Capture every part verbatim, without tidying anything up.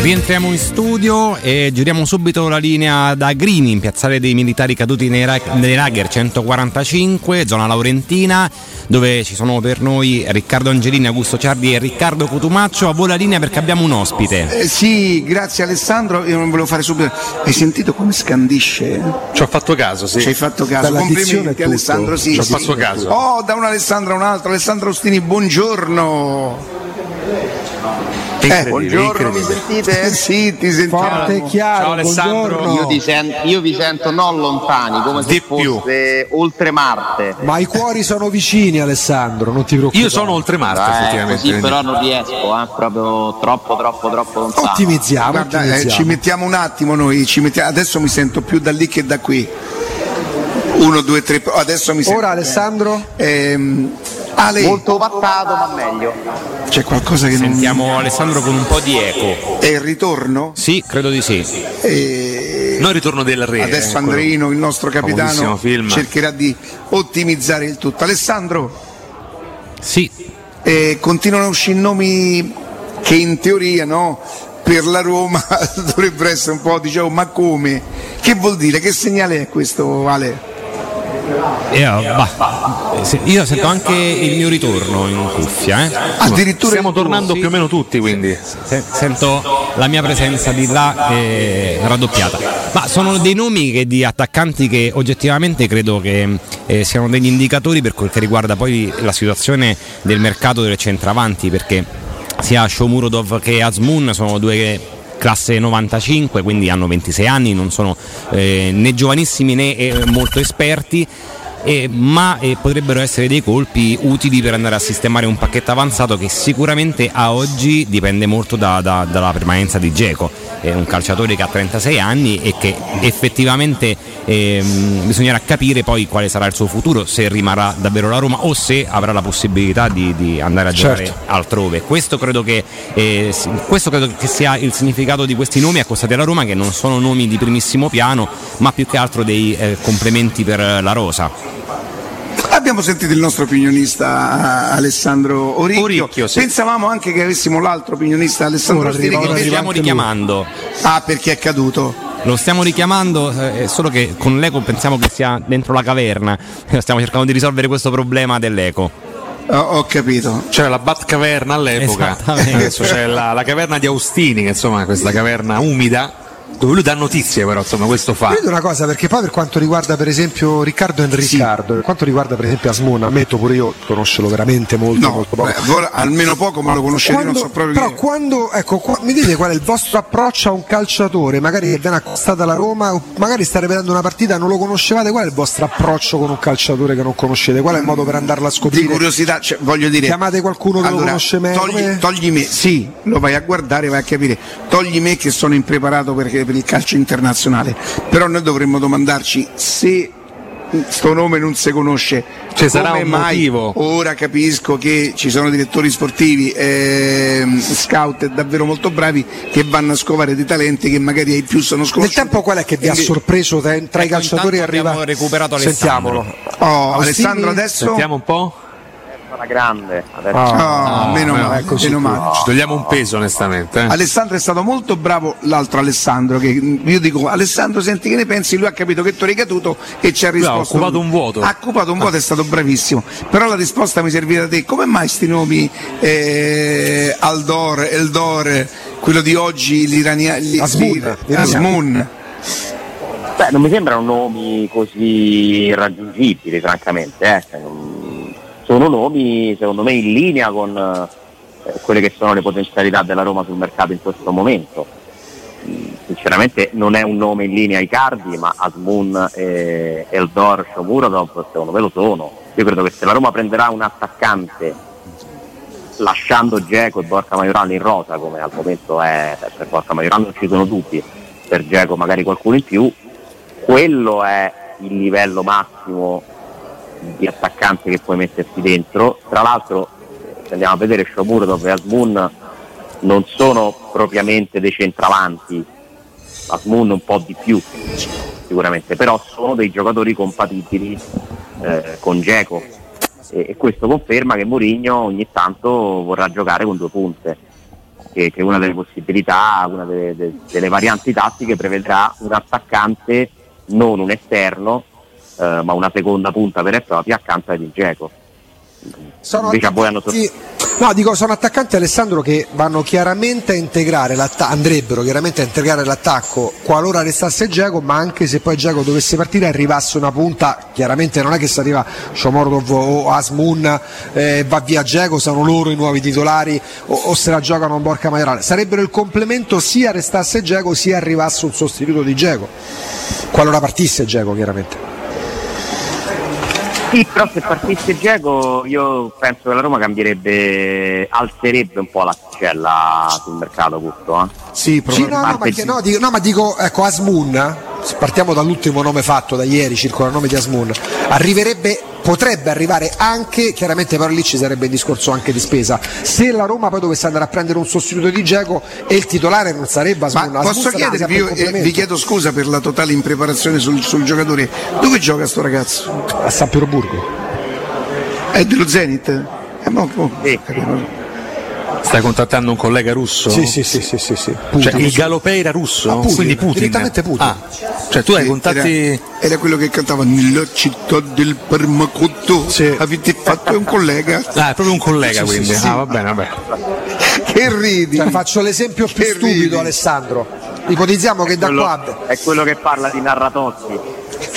Rientriamo in studio e giriamo subito la linea da Grini, in piazzale dei militari caduti nei, ra- nei lager centoquarantacinque, zona laurentina, dove ci sono per noi Riccardo Angelini, Augusto Ciardi e Riccardo Cotumaccio. A voi la linea perché abbiamo un ospite. Eh, sì, grazie Alessandro, io non volevo fare subito. Hai sentito come scandisce? Ci ho fatto caso, sì. Ci hai fatto caso, Dalla complimenti Alessandro, sì. Ci ho sì. fatto caso. Oh, da un Alessandro a un altro, Alessandro Ostini, buongiorno. Eh, buongiorno, mi sentite? Sì, ti sentiamo. Forte e chiaro. Ciao Alessandro. Io, ti sen- io vi sento non lontani, come se Di fosse oltre Marte. Ma i cuori sono vicini, Alessandro, non ti preoccupare. Io sono oltre Marte, Eh, effettivamente. così però non riesco, eh, proprio troppo troppo troppo lontano. Ottimizziamo, Guarda, eh, ottimizziamo. ci mettiamo un attimo noi, ci mettiamo, adesso mi sento più da lì che da qui. Uno, due, tre, adesso mi sento. Ora Alessandro? Ehm, Ale, Molto pattato, ma meglio. c'è qualcosa che non. Sentiamo Alessandro con un po' di eco. È il ritorno? Sì, credo di sì. E... Noi ritorno del re. Adesso eh, Andreino, il nostro capitano, famosissimo film. cercherà di ottimizzare il tutto. Alessandro, Sì, eh, continuano a uscire nomi che in teoria, no, per la Roma dovrebbero essere un po', diciamo, ma come? Che vuol dire? Che segnale è questo, Ale? eh, bah, eh, se- io sento anche il mio ritorno in cuffia. Eh. Addirittura Stiamo il tuo- tornando sì. più o meno tutti, quindi. Se- Sento la mia presenza di là eh, raddoppiata. Ma sono dei nomi che, di attaccanti che oggettivamente credo che eh, siano degli indicatori per quel che riguarda poi la situazione del mercato del centravanti, perché sia Shomurodov che Azmoun sono due classe novantacinque, quindi hanno ventisei anni, non sono eh, né giovanissimi né eh, molto esperti. Eh, ma eh, potrebbero essere dei colpi utili per andare a sistemare un pacchetto avanzato che sicuramente a oggi dipende molto da, da, dalla permanenza di Dzeko. È un calciatore che ha trentasei anni e che effettivamente ehm, bisognerà capire poi quale sarà il suo futuro, se rimarrà davvero la Roma o se avrà la possibilità di, di andare a giocare Certo. altrove. Questo credo che, eh, si- questo credo che sia il significato di questi nomi accostati alla Roma, che non sono nomi di primissimo piano, ma più che altro dei eh, complementi per la rosa. Abbiamo sentito il nostro opinionista Alessandro Oricchio, Oricchio, sì. Pensavamo anche che avessimo l'altro opinionista Alessandro Ora Ostini, arriva- che ora Lo invece... stiamo richiamando. Ah, perché è caduto. Lo stiamo richiamando, eh, solo che con l'eco pensiamo che sia dentro la caverna. Stiamo cercando di risolvere questo problema dell'eco. Ho, ho capito. C'era la Batcaverna all'epoca. Esattamente. Adesso c'è la, la caverna di Austini, che insomma è questa caverna umida, dove lui dà notizie, però insomma questo fa. Vedo una cosa, perché poi per quanto riguarda per esempio Riccardo e Riccardo, per quanto riguarda per esempio Azmoun, ammetto pure io conoscerlo veramente molto, No, molto poco. beh, ora almeno poco, ma lo conoscete, non Quando- so proprio però chi è. quando, ecco, qua- mi dite qual è il vostro approccio a un calciatore, magari che viene accostato alla Roma, o magari state vedendo una partita, non lo conoscevate, qual è il vostro approccio con un calciatore che non conoscete? Qual è il modo per andarlo a Di scoprire? curiosità, cioè, voglio dire, Chiamate qualcuno che lo conosce meglio? togli, Come- togli me, sì, lo vai a guardare, vai a capire, togli me che sono impreparato perché, per il calcio internazionale, però noi dovremmo domandarci se sto nome non si conosce, Ci sarà come un mai. motivo. Ora capisco che ci sono direttori sportivi, ehm, scout davvero molto bravi che vanno a scovare dei talenti che magari ai più sono Nel sconosciuti. tempo qual è che vi ha Quindi- sorpreso tra, tra i Ecco, calciatori? intanto Arriva... abbiamo recuperato Alessandro. Sentiamolo. Oh, Austini? Alessandro adesso. Sentiamo un po'. Una grande. Adesso Ah, meno no, male, eccoci meno qui. male. Ci togliamo un peso, onestamente. eh. Alessandro è stato molto bravo, l'altro Alessandro, che io dico Alessandro senti che ne pensi, lui ha capito che tu eri caduto e ci ha Lui ha risposto. occupato un vuoto. Ha occupato un vuoto, è stato bravissimo, però la risposta mi serviva da te, come mai sti nomi eh, Aldor, Eldor, quello di oggi, l'iraniano, Asmoun. Asmoun. Beh, non mi sembrano nomi così irraggiungibili, francamente. Eh. Cioè, non- Sono nomi, secondo me, in linea con eh, quelle che sono le potenzialità della Roma sul mercato in questo momento. Mm, Sinceramente non è un nome in linea Icardi, ma Azmoun e Eldor Shomurodov secondo me lo sono. Io credo che se la Roma prenderà un attaccante lasciando Dzeko e Borja Majoral in rosa, come al momento è, per Borja Majoral non ci sono dubbi, per Dzeko magari qualcuno in più, quello è il livello massimo di attaccante che puoi mettersi dentro. Tra l'altro, se andiamo a vedere, Shomurodov e Azmoun non sono propriamente dei centravanti, Azmoun un po' di più sicuramente, però sono dei giocatori compatibili eh, con Dzeko, e, e questo conferma che Mourinho ogni tanto vorrà giocare con due punte. che, che una delle possibilità, una delle, delle, delle varianti tattiche prevedrà un attaccante, non un esterno, eh, ma una seconda punta vera e propria accanto di Dzeko. Sono attaccanti, no, dico, sono attaccanti, Alessandro, che vanno chiaramente a integrare l'attacco, andrebbero chiaramente a integrare l'attacco qualora restasse Dzeko, ma anche se poi Dzeko dovesse partire e arrivasse una punta, chiaramente non è che se arriva Shomurodov o Asmun eh, va via Dzeko, sono loro i nuovi titolari o, o se la giocano un Borca Maioral, sarebbero il complemento sia restasse Dzeko sia arrivasse un sostituto di Dzeko, qualora partisse Dzeko chiaramente. Sì, però se partisse Dzeko io penso che la Roma cambierebbe, alzerebbe un po' l'asticella sul mercato questo, eh? Sì, sì, no, no, ma, che, no, dico, no, ma dico, ecco, Asmun, partiamo dall'ultimo nome fatto da ieri, circola il nome di Asmun, arriverebbe, potrebbe arrivare anche, chiaramente però lì ci sarebbe il discorso anche di spesa, se la Roma poi dovesse andare a prendere un sostituto di Dzeko e il titolare non sarebbe Asmun. Ma posso chiedervi, io eh, vi chiedo scusa per la totale impreparazione sul, sul giocatore, dove gioca sto ragazzo? A San Pietroburgo. È dello Zenit? Eh, no, no. Sì. Stai contattando un collega russo? Sì, sì, sì, sì, sì, sì. Cioè il Galopeira russo? Ah, Putin, quindi Putin. Direttamente Putin. Ah, cioè tu hai Sì, contatti. Era, era quello che cantava nella città del Parmacotto. Sì. Avete fatto, è un collega. Ah, è proprio un collega, Sì, quindi. sì, sì. Ah, va bene, va bene. Che ridi. Cioè, faccio l'esempio più Che stupido, ridi. Alessandro. Ipotizziamo che da quello, qua è quello che parla di Narratozzi.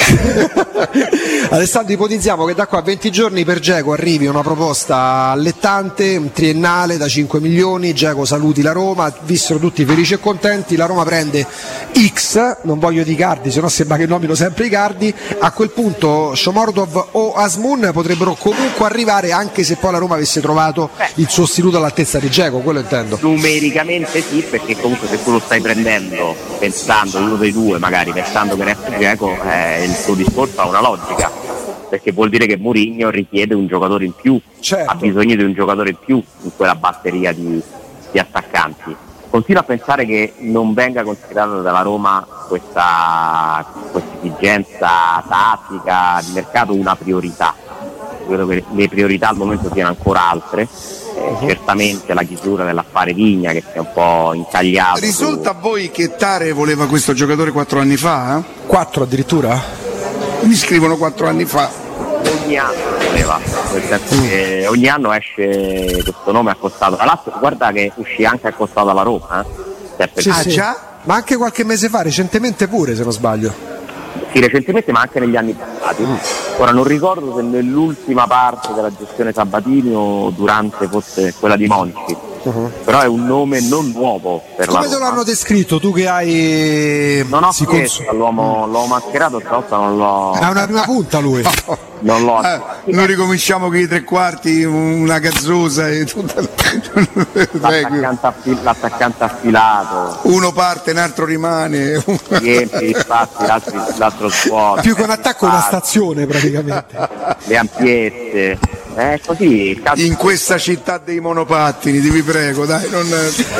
Alessandro, ipotizziamo che da qua a venti giorni per Dzeko arrivi una proposta allettante, un triennale da cinque milioni, Dzeko saluti la Roma, vissero tutti felici e contenti, la Roma prende X, non voglio di Icardi, se no sembra che nomino sempre Icardi, a quel punto Shomurodov o Asmun potrebbero comunque arrivare anche se poi la Roma avesse trovato il sostituto all'altezza di Dzeko, quello intendo. Numericamente sì, perché comunque se tu lo stai prendendo pensando, uno dei due magari, pensando che resta Dzeko, eh, il suo discorso ha una logica, perché vuol dire che Mourinho richiede un giocatore in più, certo. Ha bisogno di un giocatore in più in quella batteria di, di attaccanti. Continuo a pensare che non venga considerata dalla Roma questa, questa esigenza tattica di mercato una priorità. Credo che le priorità al momento siano ancora altre. Eh, certamente la chiusura dell'affare Vigna che si è un po' incagliato. Risulta a voi che Tare voleva questo giocatore quattro anni fa? Quattro addirittura? Mi scrivono quattro anni fa. Ogni anno voleva, nel senso che ogni anno esce questo nome accostato. Tra l'altro guarda che uscì anche accostato alla Roma, eh? Sì, Ah sì. già? Ma anche qualche mese fa, recentemente pure se non sbaglio. Sì, recentemente ma anche negli anni passati. Ora non ricordo se nell'ultima parte della gestione Sabatini o durante forse quella di Monchi, uh-huh. Però è un nome non nuovo per Come la Roma. te l'hanno descritto tu che hai... Non ho si chiesto cons- all'uomo, l'ho mascherato, stavolta non l'ho... È una prima punta lui. Non l'ho... Eh, noi ricominciamo con i tre quarti, una gazzosa e tutta... L'attaccante, affi- l'attaccante affilato. Uno parte, un altro rimane. Riempie gli spazi, l'altro, l'altro svuota. Più che un attacco è una stazione praticamente. Le ampiezze. È così il caso. In questa città dei monopattini, ti vi prego, dai, non...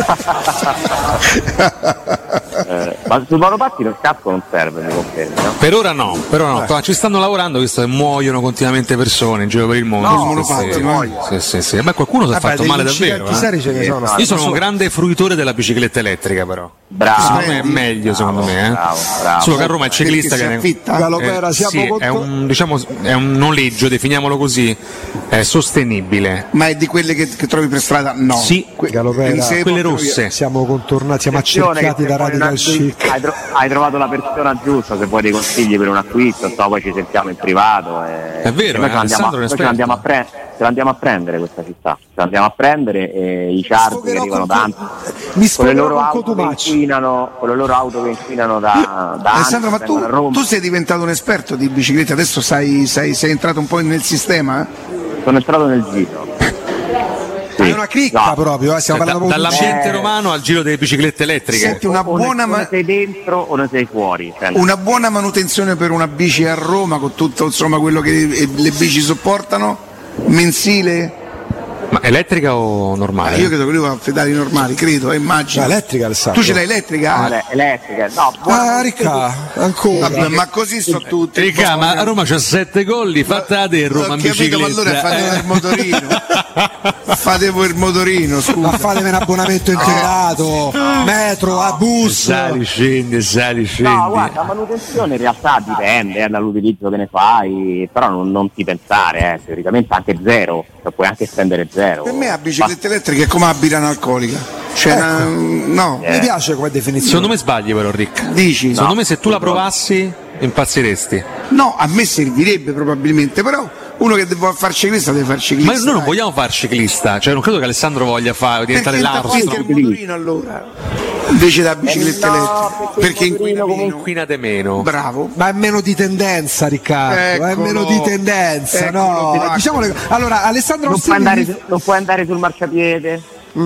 eh, ma sul monopattino il casco non serve, mi confermi, no? Per ora no, però no, ci stanno lavorando visto che muoiono continuamente persone in giro per il mondo. No, Sì, monopattino, sì, muoiono. sì, sì, sì. Ma qualcuno si è Vabbè, fatto degli male davvero. incidenti eh. seri ce ne sono. Io sono un grande fruitore della bicicletta elettrica, però. Bravo. Secondo me è meglio, secondo me. Eh. Bravo, bravo. Solo che a Roma il ciclista Perché che si affitta? Galopera, eh, siamo sì, contro- è un, diciamo, è un noleggio, definiamolo così, è sostenibile. Ma è di quelle che, che trovi per strada? No. Sì, Que- Galopera. mi sembra quelle proprio- rosse. Siamo contornati, siamo Attenzione accerchiati che da se vuoi un radical acquisto- chic. hai, tro- hai trovato la persona giusta, se vuoi dei consigli per un acquisto, so, poi ci sentiamo in privato. E... È vero, e noi eh, ce l'andiamo, Alessandro è un noi ce l'andiamo a esperto. pre- ce l'andiamo a prendere questa città, ce l'andiamo a prendere e i charge che Sfogherò arrivano con da tu- anni, mi con le sfogherò loro con auto che Cotumaccio. inquinano, con le loro auto che inquinano da, da Alessandro, anni, ma tu, vengono a Roma. tu sei diventato un esperto di biciclette, adesso sai, sei, sei entrato un po' nel sistema? Sono entrato nel giro. È una cricca No. proprio, eh, stiamo Cioè, da- parlando proprio di- dall'ambiente Eh. romano al giro delle biciclette elettriche. Senti, una O ne- buona, o ne ma- sei dentro o ne sei fuori. Cioè, una buona manutenzione per una bici a Roma con tutto insomma quello che eh, le bici sopportano, mensile? Ma elettrica o normale? Eh, io credo che lui va a pedali normali, credo, eh, immagino. No, elettrica, Alessandro. Tu ce l'hai elettrica? No, le- elettrica, no. Ah, Ricca, ancora. Vabbè, ma così sono tutti. Ricca, ma a Roma c'ha sette gol, li fatta a te Roma in Ho capito, ma bicicletta. allora fate Eh. il motorino. Fate voi il motorino, scusa. Ma fatevi un abbonamento integrato, metro, a bus. Sali, scendi, sali, scendi. No, guarda, la manutenzione in realtà dipende eh, dall'utilizzo che ne fai, però non, non ti pensare, eh, teoricamente anche zero, cioè puoi anche spendere zero. Per me la bicicletta elettrica è come la birra analcolica. Cioè, Ecco. una- no, Eh. Mi piace come definizione. Secondo me sbagli però, Rick. dici? Secondo me se tu la provassi impazziresti. No, a me servirebbe probabilmente, però uno che deve far ciclista deve far ciclista. Ma noi non dai. vogliamo far ciclista, cioè non credo che Alessandro voglia fare diventare Perché l'Armstrong. il motorino allora invece della bicicletta Eh, no, elettrica perché perché il motorino inquina comunque- meno. Inquinate meno. Bravo. Ma è meno di tendenza, Riccardo, è Eccolo. meno di tendenza, Eccolo, no? Tiracco. Diciamo le... Allora, Alessandro Non puoi, Ostini andare, su- non puoi andare sul marciapiede,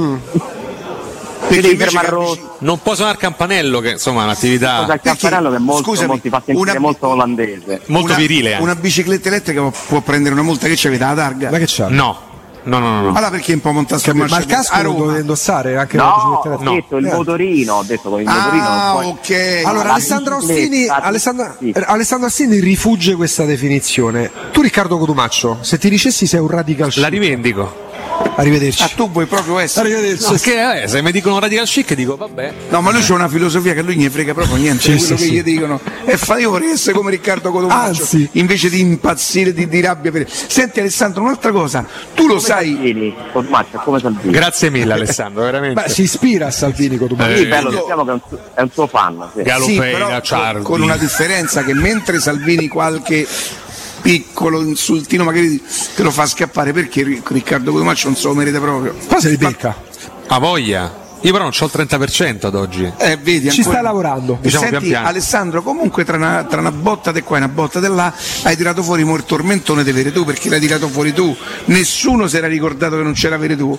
Perché devi invece fermare la rosso. bici- Non può suonare il campanello, che insomma è un'attività Cosa il campanello che è molto, scusami, molto- ti fa sentire una- molto olandese. molto una, virile. eh. Una bicicletta elettrica può, può prendere una multa che c'avete la targa. Ma che c'ha? No, no, no, no. no. Allora perché un po' montato sul Ma il marciapiede? casco A lo Roma. dovete indossare anche la No, bicicletta ho elettrica? detto il Eh. motorino, ho detto con il motorino non Ah, puoi. ok. Allora, La Alessandro bicicletta, Ostini, sì. Alessandro, Sì. eh, Alessandro Ostini rifugge questa definizione. Tu, Riccardo Cotumaccio, se ti dicessi sei un radical chic. La rivendico. Arrivederci. Ah, tu vuoi proprio essere. Arrivederci. No, perché eh, se mi dicono radical chic dico vabbè. No, ma lui c'ha una filosofia che a lui ne frega proprio niente di Sì, quello sì, che sì. gli dicono. E fa io vorrei essere come Riccardo Cotumaccio, Anzi. invece di impazzire di, di rabbia per... Senti Alessandro, un'altra cosa, tu lo sai. Salvini, Cosmaccio, è come Salvini. Grazie mille Alessandro, veramente. Beh, si ispira a Salvini Cotumaccio. Eh, Sì, bello, io- diciamo che è un, suo- è un suo fan. Sì. Galo Sì, Peina, però Ciardi. con una differenza che mentre Salvini qualche piccolo insultino magari te lo fa scappare perché Ri- Riccardo Cotumaccio non se lo merita proprio. Poi se li becca. Ha voglia. Io però non ho il trenta per cento ad oggi. Eh, vedi, Ci ancora- sta lavorando. E Diciamo senti, pian piano. Alessandro, comunque tra una, tra una botta di qua e una botta di là hai tirato fuori mo il tormentone di Veretù perché l'hai tirato fuori tu. Nessuno si era ricordato che non c'era Veretù.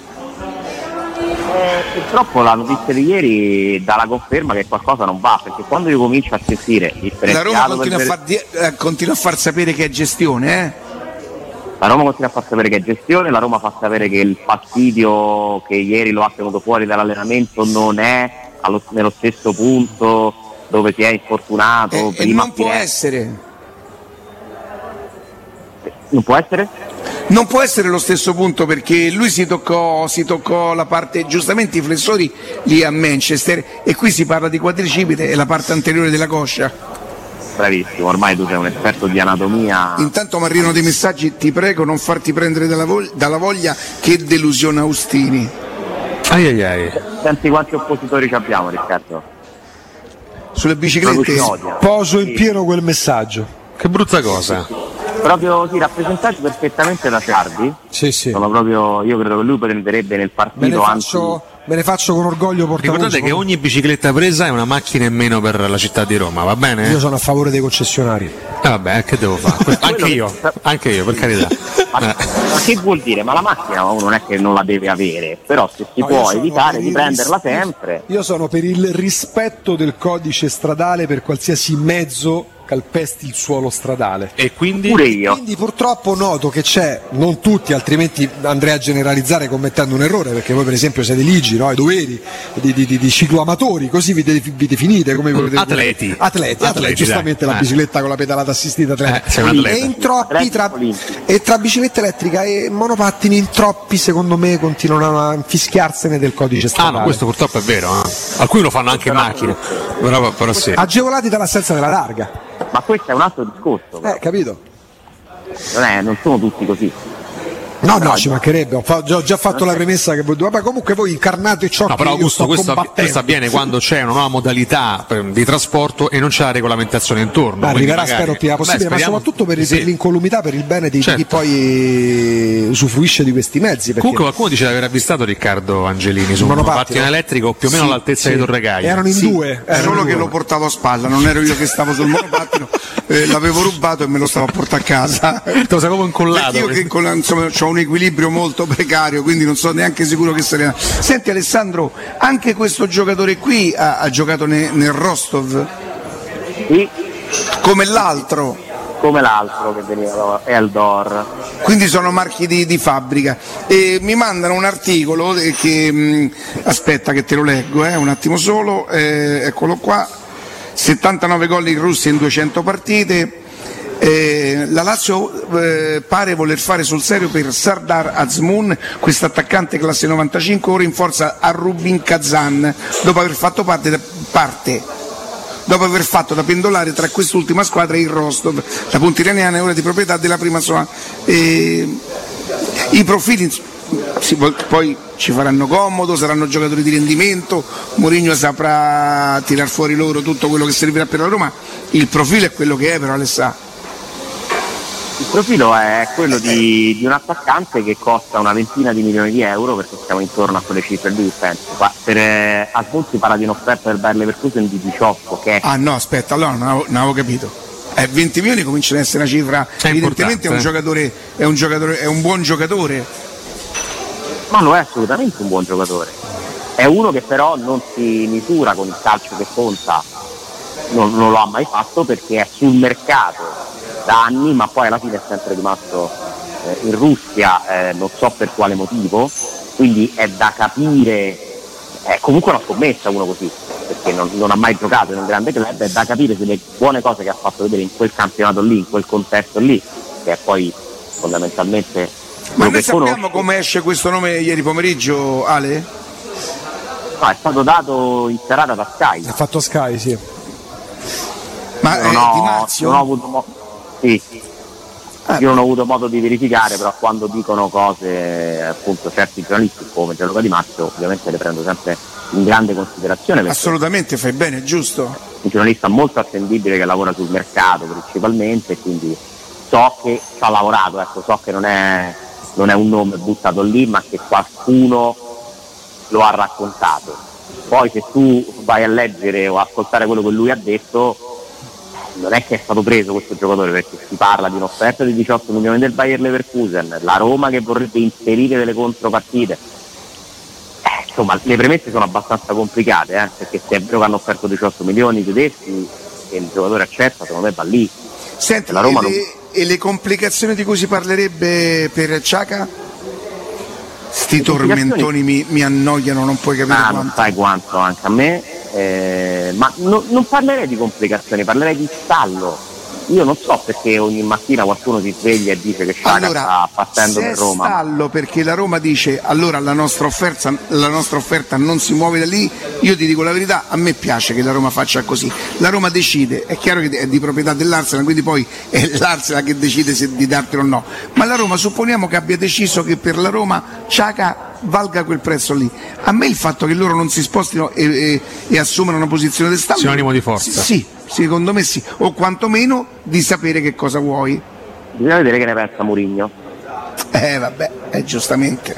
Eh, purtroppo la notizia di ieri dà la conferma che qualcosa non va, perché quando io comincio a sentire il La Roma differenziato per continua a, Ver- far, di- eh, continua a far sapere che è gestione, eh? la Roma continua a far sapere che è gestione, la Roma fa sapere che il fastidio che ieri lo ha tenuto fuori dall'allenamento non è allo- nello stesso punto dove si è infortunato. E, e prima non può Firenze. essere. Non può essere? Non può essere lo stesso punto perché lui si toccò, si toccò la parte, giustamente i flessori lì a Manchester e qui si parla di quadricipite e la parte anteriore della coscia. Bravissimo, ormai tu sei un esperto di anatomia. Intanto mi arrivano dei messaggi, ti prego non farti prendere dalla voglia, dalla voglia che delusione Austini. Ai ai ai. Senti quanti oppositori ci abbiamo, Riccardo? Sulle Proprio biciclette ci odia. Poso in Sì. pieno quel messaggio. Che brutta cosa. Proprio sì, rappresentati perfettamente da Ciardi. Sì, sì. Sono proprio, io credo che lui prenderebbe nel Me ne, partito anzi. faccio, me ne faccio con orgoglio portavoce. Ricordate che ogni bicicletta presa è una macchina in meno per la città di Roma, va bene? Io sono a favore dei concessionari. Eh, vabbè, che devo fare? Anche Quello io, che- anche io, per carità. Ma, Eh. ma che vuol dire? Ma la macchina uno non è che non la deve avere, però se si No, io può sono evitare per di il prenderla ris- sempre. Io sono per il rispetto del codice stradale per qualsiasi mezzo calpesti il suolo stradale. E quindi? Pure io. Quindi purtroppo noto che c'è, non tutti, altrimenti andrei a generalizzare commettendo un errore, perché voi per esempio siete ligi, no? I doveri di, di, di, di cicloamatori, così vi, de- vi definite come volete. Atleti. Atleti, atleti, Atleti, giustamente dai. la Eh. bicicletta con la pedalata assistita atleta. Eh, sei un atleta. E in troppi tra, Olimpici. e tra bicicletta elettrica e monopattini in troppi secondo me continuano a infischiarsene del codice Ah stradale. no, questo purtroppo è vero. Eh. Alcuni lo fanno anche in macchina. Però, però sì. Agevolati dall'assenza della targa. Ma questo è un altro discorso, però. Eh, capito? non, è, non sono tutti così. No, no, ci mancherebbe, ho, fa- già, ho già fatto la premessa che voi due, vabbè, comunque voi incarnate ciò No, che però io Augusto, sto questo, avvi- combattendo. questo avviene quando c'è una nuova modalità per- di trasporto e non c'è la regolamentazione intorno. Ma quindi arriverà magari- spero prima possibile, Beh, ma speriamo- soprattutto per, il- sì. per l'incolumità, per il bene di, di Certo. chi poi usufruisce di questi mezzi. Perché Comunque qualcuno dice di aver avvistato Riccardo Angelini su un Monopattino. monopattino elettrico più o meno Sì, all'altezza sì. di Torregaia. Erano in Sì, due. è erano solo in che due. lo portavo a spalla, non ero io che stavo sul monopattino, eh, l'avevo rubato e me lo stavo a portare a casa. Te lo sei proprio incollato. Perché io che con la- insomma, ho un equilibrio molto precario, quindi non sono neanche sicuro che se ne. Senti Alessandro, anche questo giocatore qui ha, ha giocato ne- nel Rostov Sì, come l'altro. come l'altro che veniva Eldor. Quindi sono marchi di, di fabbrica. E mi mandano un articolo che mh, aspetta che te lo leggo, eh, un attimo solo, eh, eccolo qua. settantanove gol in Russia in duecento partite. Eh, la Lazio eh, pare voler fare sul serio per Sardar Azmoun, questo attaccante classe novantacinque, ora in forza a Rubin Kazan, dopo aver fatto parte, da, parte dopo aver fatto da pendolare tra quest'ultima squadra e il Rostov. La punta iraniana è ora di proprietà della prima sua. Eh, I profili sì, poi ci faranno comodo, saranno giocatori di rendimento, Mourinho saprà tirar fuori loro tutto quello che servirà per la Roma. Il profilo è quello che è, però Alessà. Il profilo è quello di, di un attaccante che costa una ventina di milioni di euro, perché siamo intorno a quelle cifre lì, penso. Per eh, Azmoun si parla di un'offerta del Bayer Leverkusen di diciotto, che è... Ah no, aspetta, allora non avevo, non avevo capito. Eh, venti milioni comincia ad essere una cifra, è evidentemente è un giocatore, è un giocatore, è un buon giocatore. Ma lo è assolutamente un buon giocatore. È uno che però non si misura con il calcio che conta, non, non lo ha mai fatto perché è sul mercato da anni, ma poi alla fine è sempre rimasto eh, in Russia, eh, non so per quale motivo, quindi è da capire, è comunque una scommessa uno così, perché non, non ha mai giocato in un grande club, è da capire se le buone cose che ha fatto vedere in quel campionato lì, in quel contesto lì, che è poi fondamentalmente... Ma noi sappiamo come esce questo nome ieri pomeriggio, Ale? No, è stato dato in serata da Sky. Ha fatto Sky, sì. Ma non, è ho, Di Marzio? non ho avuto mo- sì. Ah, io non ho avuto modo di verificare, però quando dicono cose appunto certi giornalisti come Gianluca Di Marzio ovviamente le prendo sempre in grande considerazione. Assolutamente, fai bene, giusto? Un giornalista molto attendibile che lavora sul mercato principalmente, quindi so che ci ha lavorato, ecco, so che non è, non è un nome buttato lì, ma che qualcuno lo ha raccontato. Poi se tu vai a leggere o ascoltare quello che lui ha detto, non è che è stato preso questo giocatore, perché si parla di un'offerta di diciotto milioni del Bayer Leverkusen, la Roma che vorrebbe inserire delle contropartite. Eh, insomma, le premesse sono abbastanza complicate, eh, perché se è vero che hanno offerto diciotto milioni tedeschi e il giocatore accetta, secondo me va lì. Senti, la Roma e, non... le, e le complicazioni di cui si parlerebbe per Xhaka? Sti tormentoni mi, mi annoiano, non puoi capire ah, quanto. Non sai quanto anche a me, eh, ma no, non parlerei di complicazioni, parlerei di stallo. Io non so perché ogni mattina qualcuno si sveglia e dice che Xhaka allora, sta partendo per Roma. Stallo perché la Roma dice allora la nostra offerta, la nostra offerta non si muove da lì. Io ti dico la verità, a me piace che la Roma faccia così. La Roma decide, è chiaro che è di proprietà dell'Arsenal, quindi poi è l'Arsenal che decide se di dartelo o no. Ma la Roma supponiamo che abbia deciso che per la Roma Xhaka valga quel prezzo lì. A me il fatto che loro non si spostino e, e, e assumano una posizione di stallo, sinonimo di forza. Sì, secondo me sì, o quantomeno di sapere che cosa vuoi. Bisogna vedere che ne pensa Mourinho. Eh vabbè, eh, giustamente.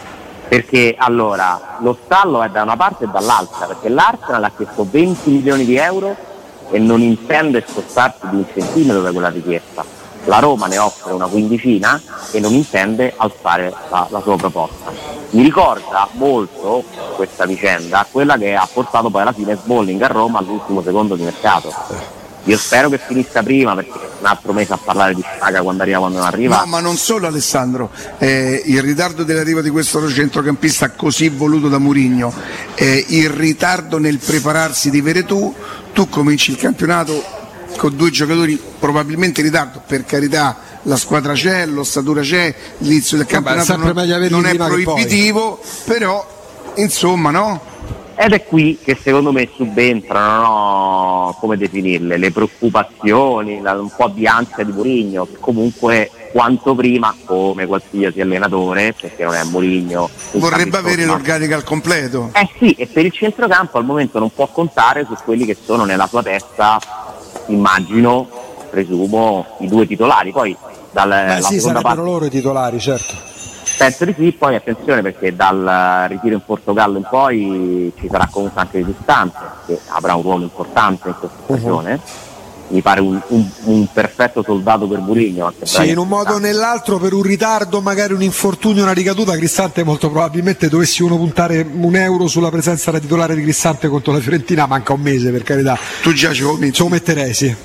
Perché allora lo stallo è da una parte e dall'altra, perché l'Arsenal ha chiesto venti milioni di euro e non intende spostarsi di un centimetro da quella richiesta. La Roma ne offre una quindicina e non intende alzare la, la sua proposta. Mi ricorda molto questa vicenda quella che ha portato poi alla fine Smalling a Roma all'ultimo secondo di mercato. Io spero che finisca prima, perché un altro mese a parlare di Xhaka quando arriva, quando non arriva. No, ma non solo Alessandro, eh, il ritardo dell'arrivo di questo centrocampista così voluto da Mourinho, eh, il ritardo nel prepararsi di Veretù, tu cominci il campionato con due giocatori probabilmente in ritardo, per carità la squadra c'è, l'ossatura c'è, l'inizio del campionato non, non è proibitivo, però insomma no? Ed è qui che secondo me subentrano, no, come definirle, le preoccupazioni, la, un po' di ansia di Mourinho, che comunque quanto prima, come qualsiasi allenatore, perché non è Mourinho, vorrebbe avere l'organico al completo. Eh sì, e per il centrocampo al momento non può contare su quelli che sono nella sua testa, immagino, presumo, i due titolari. Poi dalla sì, seconda parte loro i titolari, certo. Penso di sì, poi attenzione perché dal ritiro in Portogallo in poi ci sarà comunque anche di Cristante, che avrà un ruolo importante in questa stagione. Uh-huh. Mi pare un, un, un perfetto soldato per Mourinho. Sì, in un modo o nell'altro, per un ritardo, magari un infortunio, una ricaduta, Cristante molto probabilmente dovessi uno puntare un euro sulla presenza da titolare di Cristante contro la Fiorentina, manca un mese per carità. Tu già ci lo metterei, sì.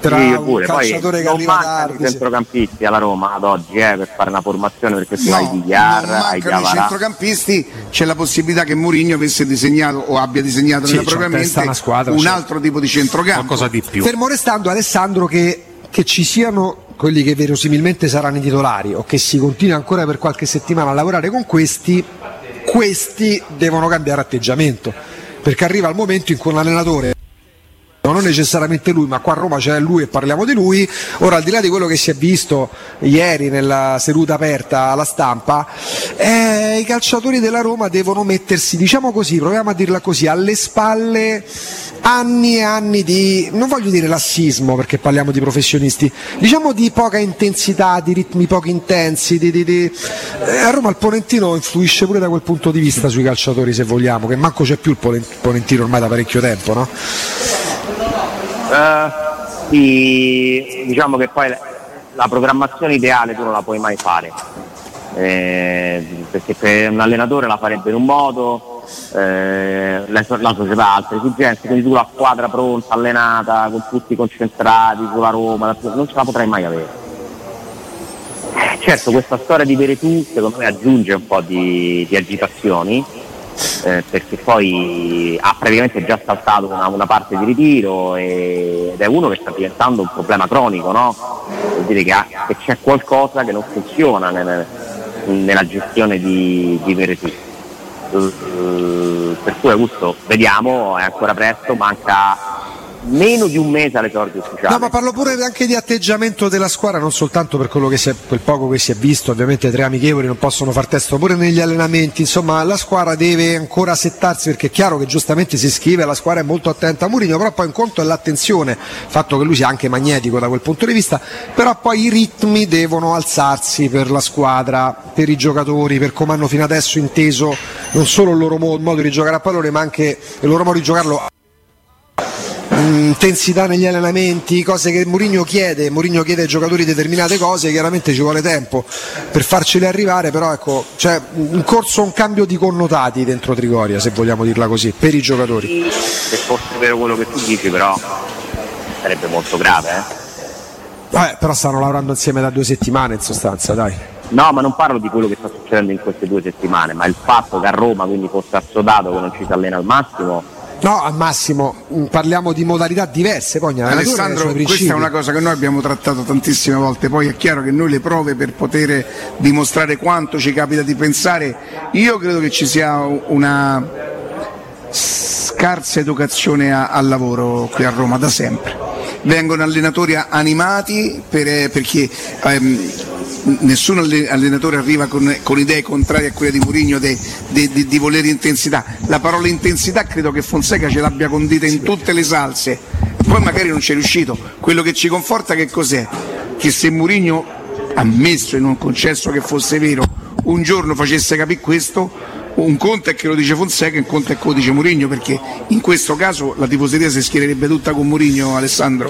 tra sì, un pure. calciatore Poi che arriva mancano tardi, i centrocampisti alla Roma ad oggi eh, per fare una formazione, perché tu No, hai di Chiar, non hai mancano i Diawara. centrocampisti, c'è la possibilità che Mourinho avesse disegnato o abbia disegnato Sì, nella c'è propria testa mente una squadra, un certo. altro tipo di centrocampo. Qualcosa di più. Fermo restando, Alessandro, che, che ci siano quelli che verosimilmente saranno i titolari o che si continua ancora per qualche settimana a lavorare con questi, questi devono cambiare atteggiamento, perché arriva il momento in cui un allenatore, non necessariamente lui, ma qua a Roma c'è lui e parliamo di lui. Ora, al di là di quello che si è visto ieri nella seduta aperta alla stampa, eh, i calciatori della Roma devono mettersi, diciamo così, proviamo a dirla così, alle spalle anni e anni di, non voglio dire lassismo perché parliamo di professionisti, diciamo di poca intensità, di ritmi poco intensi, di, di, di... Eh, a Roma il Ponentino influisce pure da quel punto di vista sui calciatori, se vogliamo, che manco c'è più il Ponentino ormai da parecchio tempo, no? Uh, sì, diciamo che poi la programmazione ideale tu non la puoi mai fare, eh, perché per un allenatore la farebbe in un modo, eh, la, la società ha altre esigenze, quindi tu la squadra pronta, allenata, con tutti concentrati sulla Roma, non ce la potrai mai avere. Certo, questa storia di Veretù secondo me aggiunge un po' di, di agitazioni, Eh, perché poi ha praticamente già saltato una, una parte di ritiro e, ed è uno che sta diventando un problema cronico, no? Vuol dire che, ha, che c'è qualcosa che non funziona nel, nella gestione di, di Veretù. Uh, per cui Augusto, vediamo, è ancora presto, manca meno di un mese all'esordio ufficiale. No, ma parlo pure anche di atteggiamento della squadra, non soltanto per quello che si è, quel poco che si è visto, ovviamente tre amichevoli non possono far testo, pure negli allenamenti, insomma la squadra deve ancora settarsi, perché è chiaro che giustamente si scrive, la squadra è molto attenta a Mourinho, però poi in conto è l'attenzione, il fatto che lui sia anche magnetico da quel punto di vista, però poi i ritmi devono alzarsi per la squadra, per i giocatori, per come hanno fino adesso inteso non solo il loro modo di giocare a pallone, ma anche il loro modo di giocarlo, intensità negli allenamenti, cose che Mourinho chiede. Mourinho chiede ai giocatori determinate cose, chiaramente ci vuole tempo per farcele arrivare, però ecco, c'è in corso un cambio di connotati dentro Trigoria, se vogliamo dirla così, per i giocatori. Se fosse vero quello che tu dici, però sarebbe molto grave, eh? Vabbè, però stanno lavorando insieme da due settimane in sostanza, dai. No, ma non parlo di quello che sta succedendo in queste due settimane, ma il fatto che a Roma quindi fosse assodato, che non ci si allena al massimo. No, al massimo parliamo di modalità diverse. Poi Alessandro, questa è una cosa che noi abbiamo trattato tantissime volte, poi è chiaro che noi le prove per poter dimostrare quanto ci capita di pensare, io credo che ci sia una scarsa educazione a, al lavoro qui a Roma da sempre. Vengono allenatori animati per, perché ehm, nessun allenatore arriva con, con idee contrarie a quelle di Mourinho de, de, de, di volere intensità. La parola intensità credo che Fonseca ce l'abbia condita in tutte le salse, poi magari non ci è riuscito. Quello che ci conforta che cos'è? Che se Mourinho, ammesso e non concesso che fosse vero, un giorno facesse capire questo, un conto è che lo dice Fonseca, un conto è che lo dice Mourinho, perché in questo caso la tifoseria si schiererebbe tutta con Mourinho, Alessandro.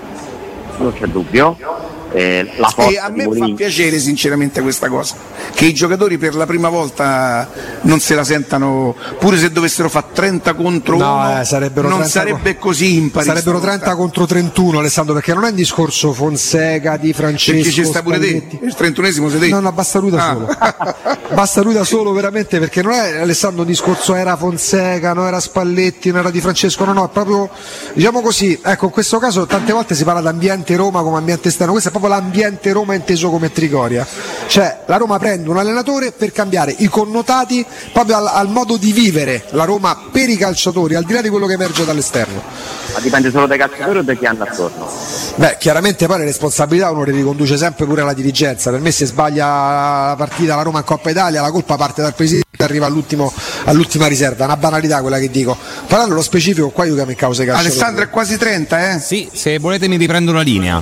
Non c'è dubbio. Eh, la e a me fa piacere sinceramente questa cosa, che i giocatori per la prima volta non se la sentano, pure se dovessero fare trenta contro uno, no, eh, sarebbero non trenta, sarebbe così impari, sarebbero trenta contro trentuno, Alessandro, perché non è un discorso Fonseca, di Francesco, perché ci sta pure te, il trentunesimo sei te. No, no, basta lui da ah. solo basta lui da solo veramente, perché non è, Alessandro, un discorso era Fonseca, no, era Spalletti, non era Di Francesco, no, no, è proprio, diciamo così, ecco, in questo caso tante volte si parla di ambiente Roma come ambiente esterno, questo è proprio l'ambiente Roma inteso come Trigoria, cioè la Roma prende un allenatore per cambiare i connotati proprio al, al modo di vivere la Roma per i calciatori, al di là di quello che emerge dall'esterno. Ma dipende solo dai calciatori o da chi hanno attorno? Beh, chiaramente poi le responsabilità uno le riconduce sempre pure alla dirigenza. Per me se sbaglia la partita la Roma in Coppa Italia la colpa parte dal presidente e arriva all'ultimo, all'ultima riserva, è una banalità quella che dico. Parlando nello specifico, qua aiutami in causa i calciatori. Alessandro, è quasi trenta, eh? Sì, se volete mi riprendo la linea.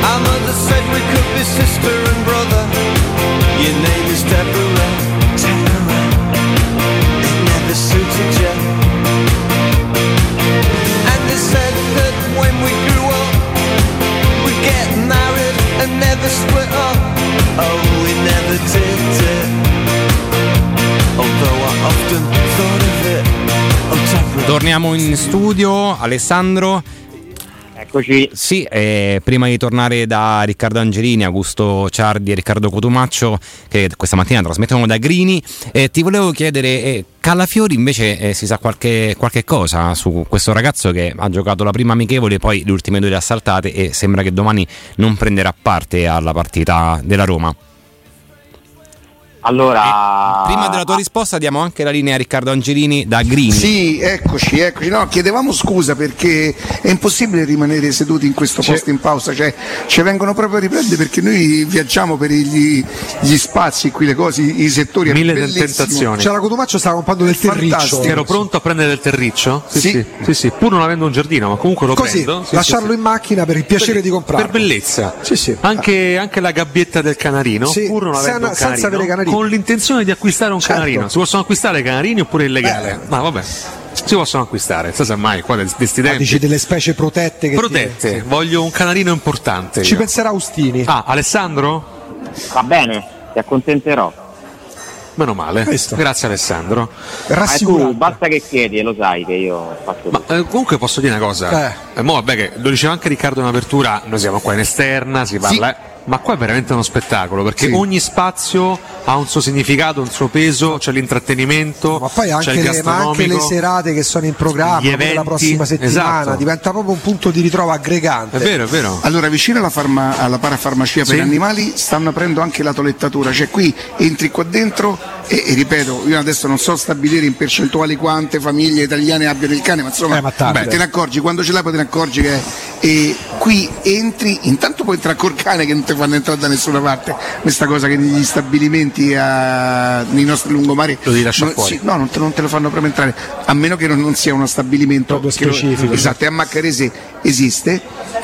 Sister and brother, your name is Deborah. Torniamo in studio, Alessandro. Eccoci. Sì, eh, prima di tornare da Riccardo Angelini, Augusto Ciardi e Riccardo Cotumaccio, che questa mattina trasmettono da Grini, eh, ti volevo chiedere, eh, Calafiori invece eh, si sa qualche, qualche cosa su questo ragazzo che ha giocato la prima amichevole, poi le ultime due le ha saltate e sembra che domani non prenderà parte alla partita della Roma. Allora, e prima della tua risposta diamo anche la linea a Riccardo Angelini da Grini. Sì, eccoci, eccoci. No, chiedevamo scusa perché è impossibile rimanere seduti in questo C'è. posto in pausa, cioè ci vengono proprio a riprendere perché noi viaggiamo per gli, gli spazi, qui le cose, i settori. Mille bellissimo. tentazioni. C'era Cotumaccio, stava comprando del terriccio. Fantastico. Ero pronto a prendere del terriccio? Sì. sì, sì, sì, pur non avendo un giardino, ma comunque lo Così, prendo. Sì, lasciarlo sì, sì. in macchina per il piacere Per- di comprarlo. Per bellezza. Sì, sì. Anche, anche la gabbietta del canarino, Sì, pur non avendo sen- un senza canarino, avere canarino. con l'intenzione di acquistare un Certo. canarino. Si possono acquistare canarini oppure è illegale? No, vabbè. Si possono acquistare, non sa mai, qua di sti Ah, tempi. dici delle specie protette che Protette, ti- voglio un canarino importante. Ci io. penserà Austini. Ah, Alessandro? va bene, ti accontenterò. Meno male. Questo. Grazie Alessandro. Ma tu Rassicurante. basta che chiedi e lo sai che io faccio Ma tutto. eh, comunque posso dire una cosa, Eh. eh, mo, vabbè, che lo diceva anche Riccardo in apertura, noi siamo qua in esterna, si parla, eh, ma qua è veramente uno spettacolo perché Sì. ogni spazio ha un suo significato, un suo peso, c'è l'intrattenimento, Ma poi c'è anche il le, ma anche gastronomico. le serate che sono in programma Gli poi la eventi, prossima settimana esatto. diventa proprio un punto di ritrovo aggregante. È vero, è vero. Allora, vicino alla, farma- alla parafarmacia per Sì. animali stanno aprendo anche la tolettatura, cioè qui entri qua dentro e, e ripeto, io adesso non so stabilire in percentuali quante famiglie italiane abbiano il cane, ma insomma Eh, ma tante. beh, te ne accorgi, quando ce l'hai poi te ne accorgi che è. E qui entri, intanto puoi entrare col cane che non ti fanno entrare da nessuna parte, questa cosa che negli stabilimenti a- nei nostri lungomari Lo devi lasciare non, fuori. sì, no, non te, non te lo fanno proprio entrare, a meno che non, non sia uno stabilimento Proprio che lo- specifico. esatto, e a Maccarese esiste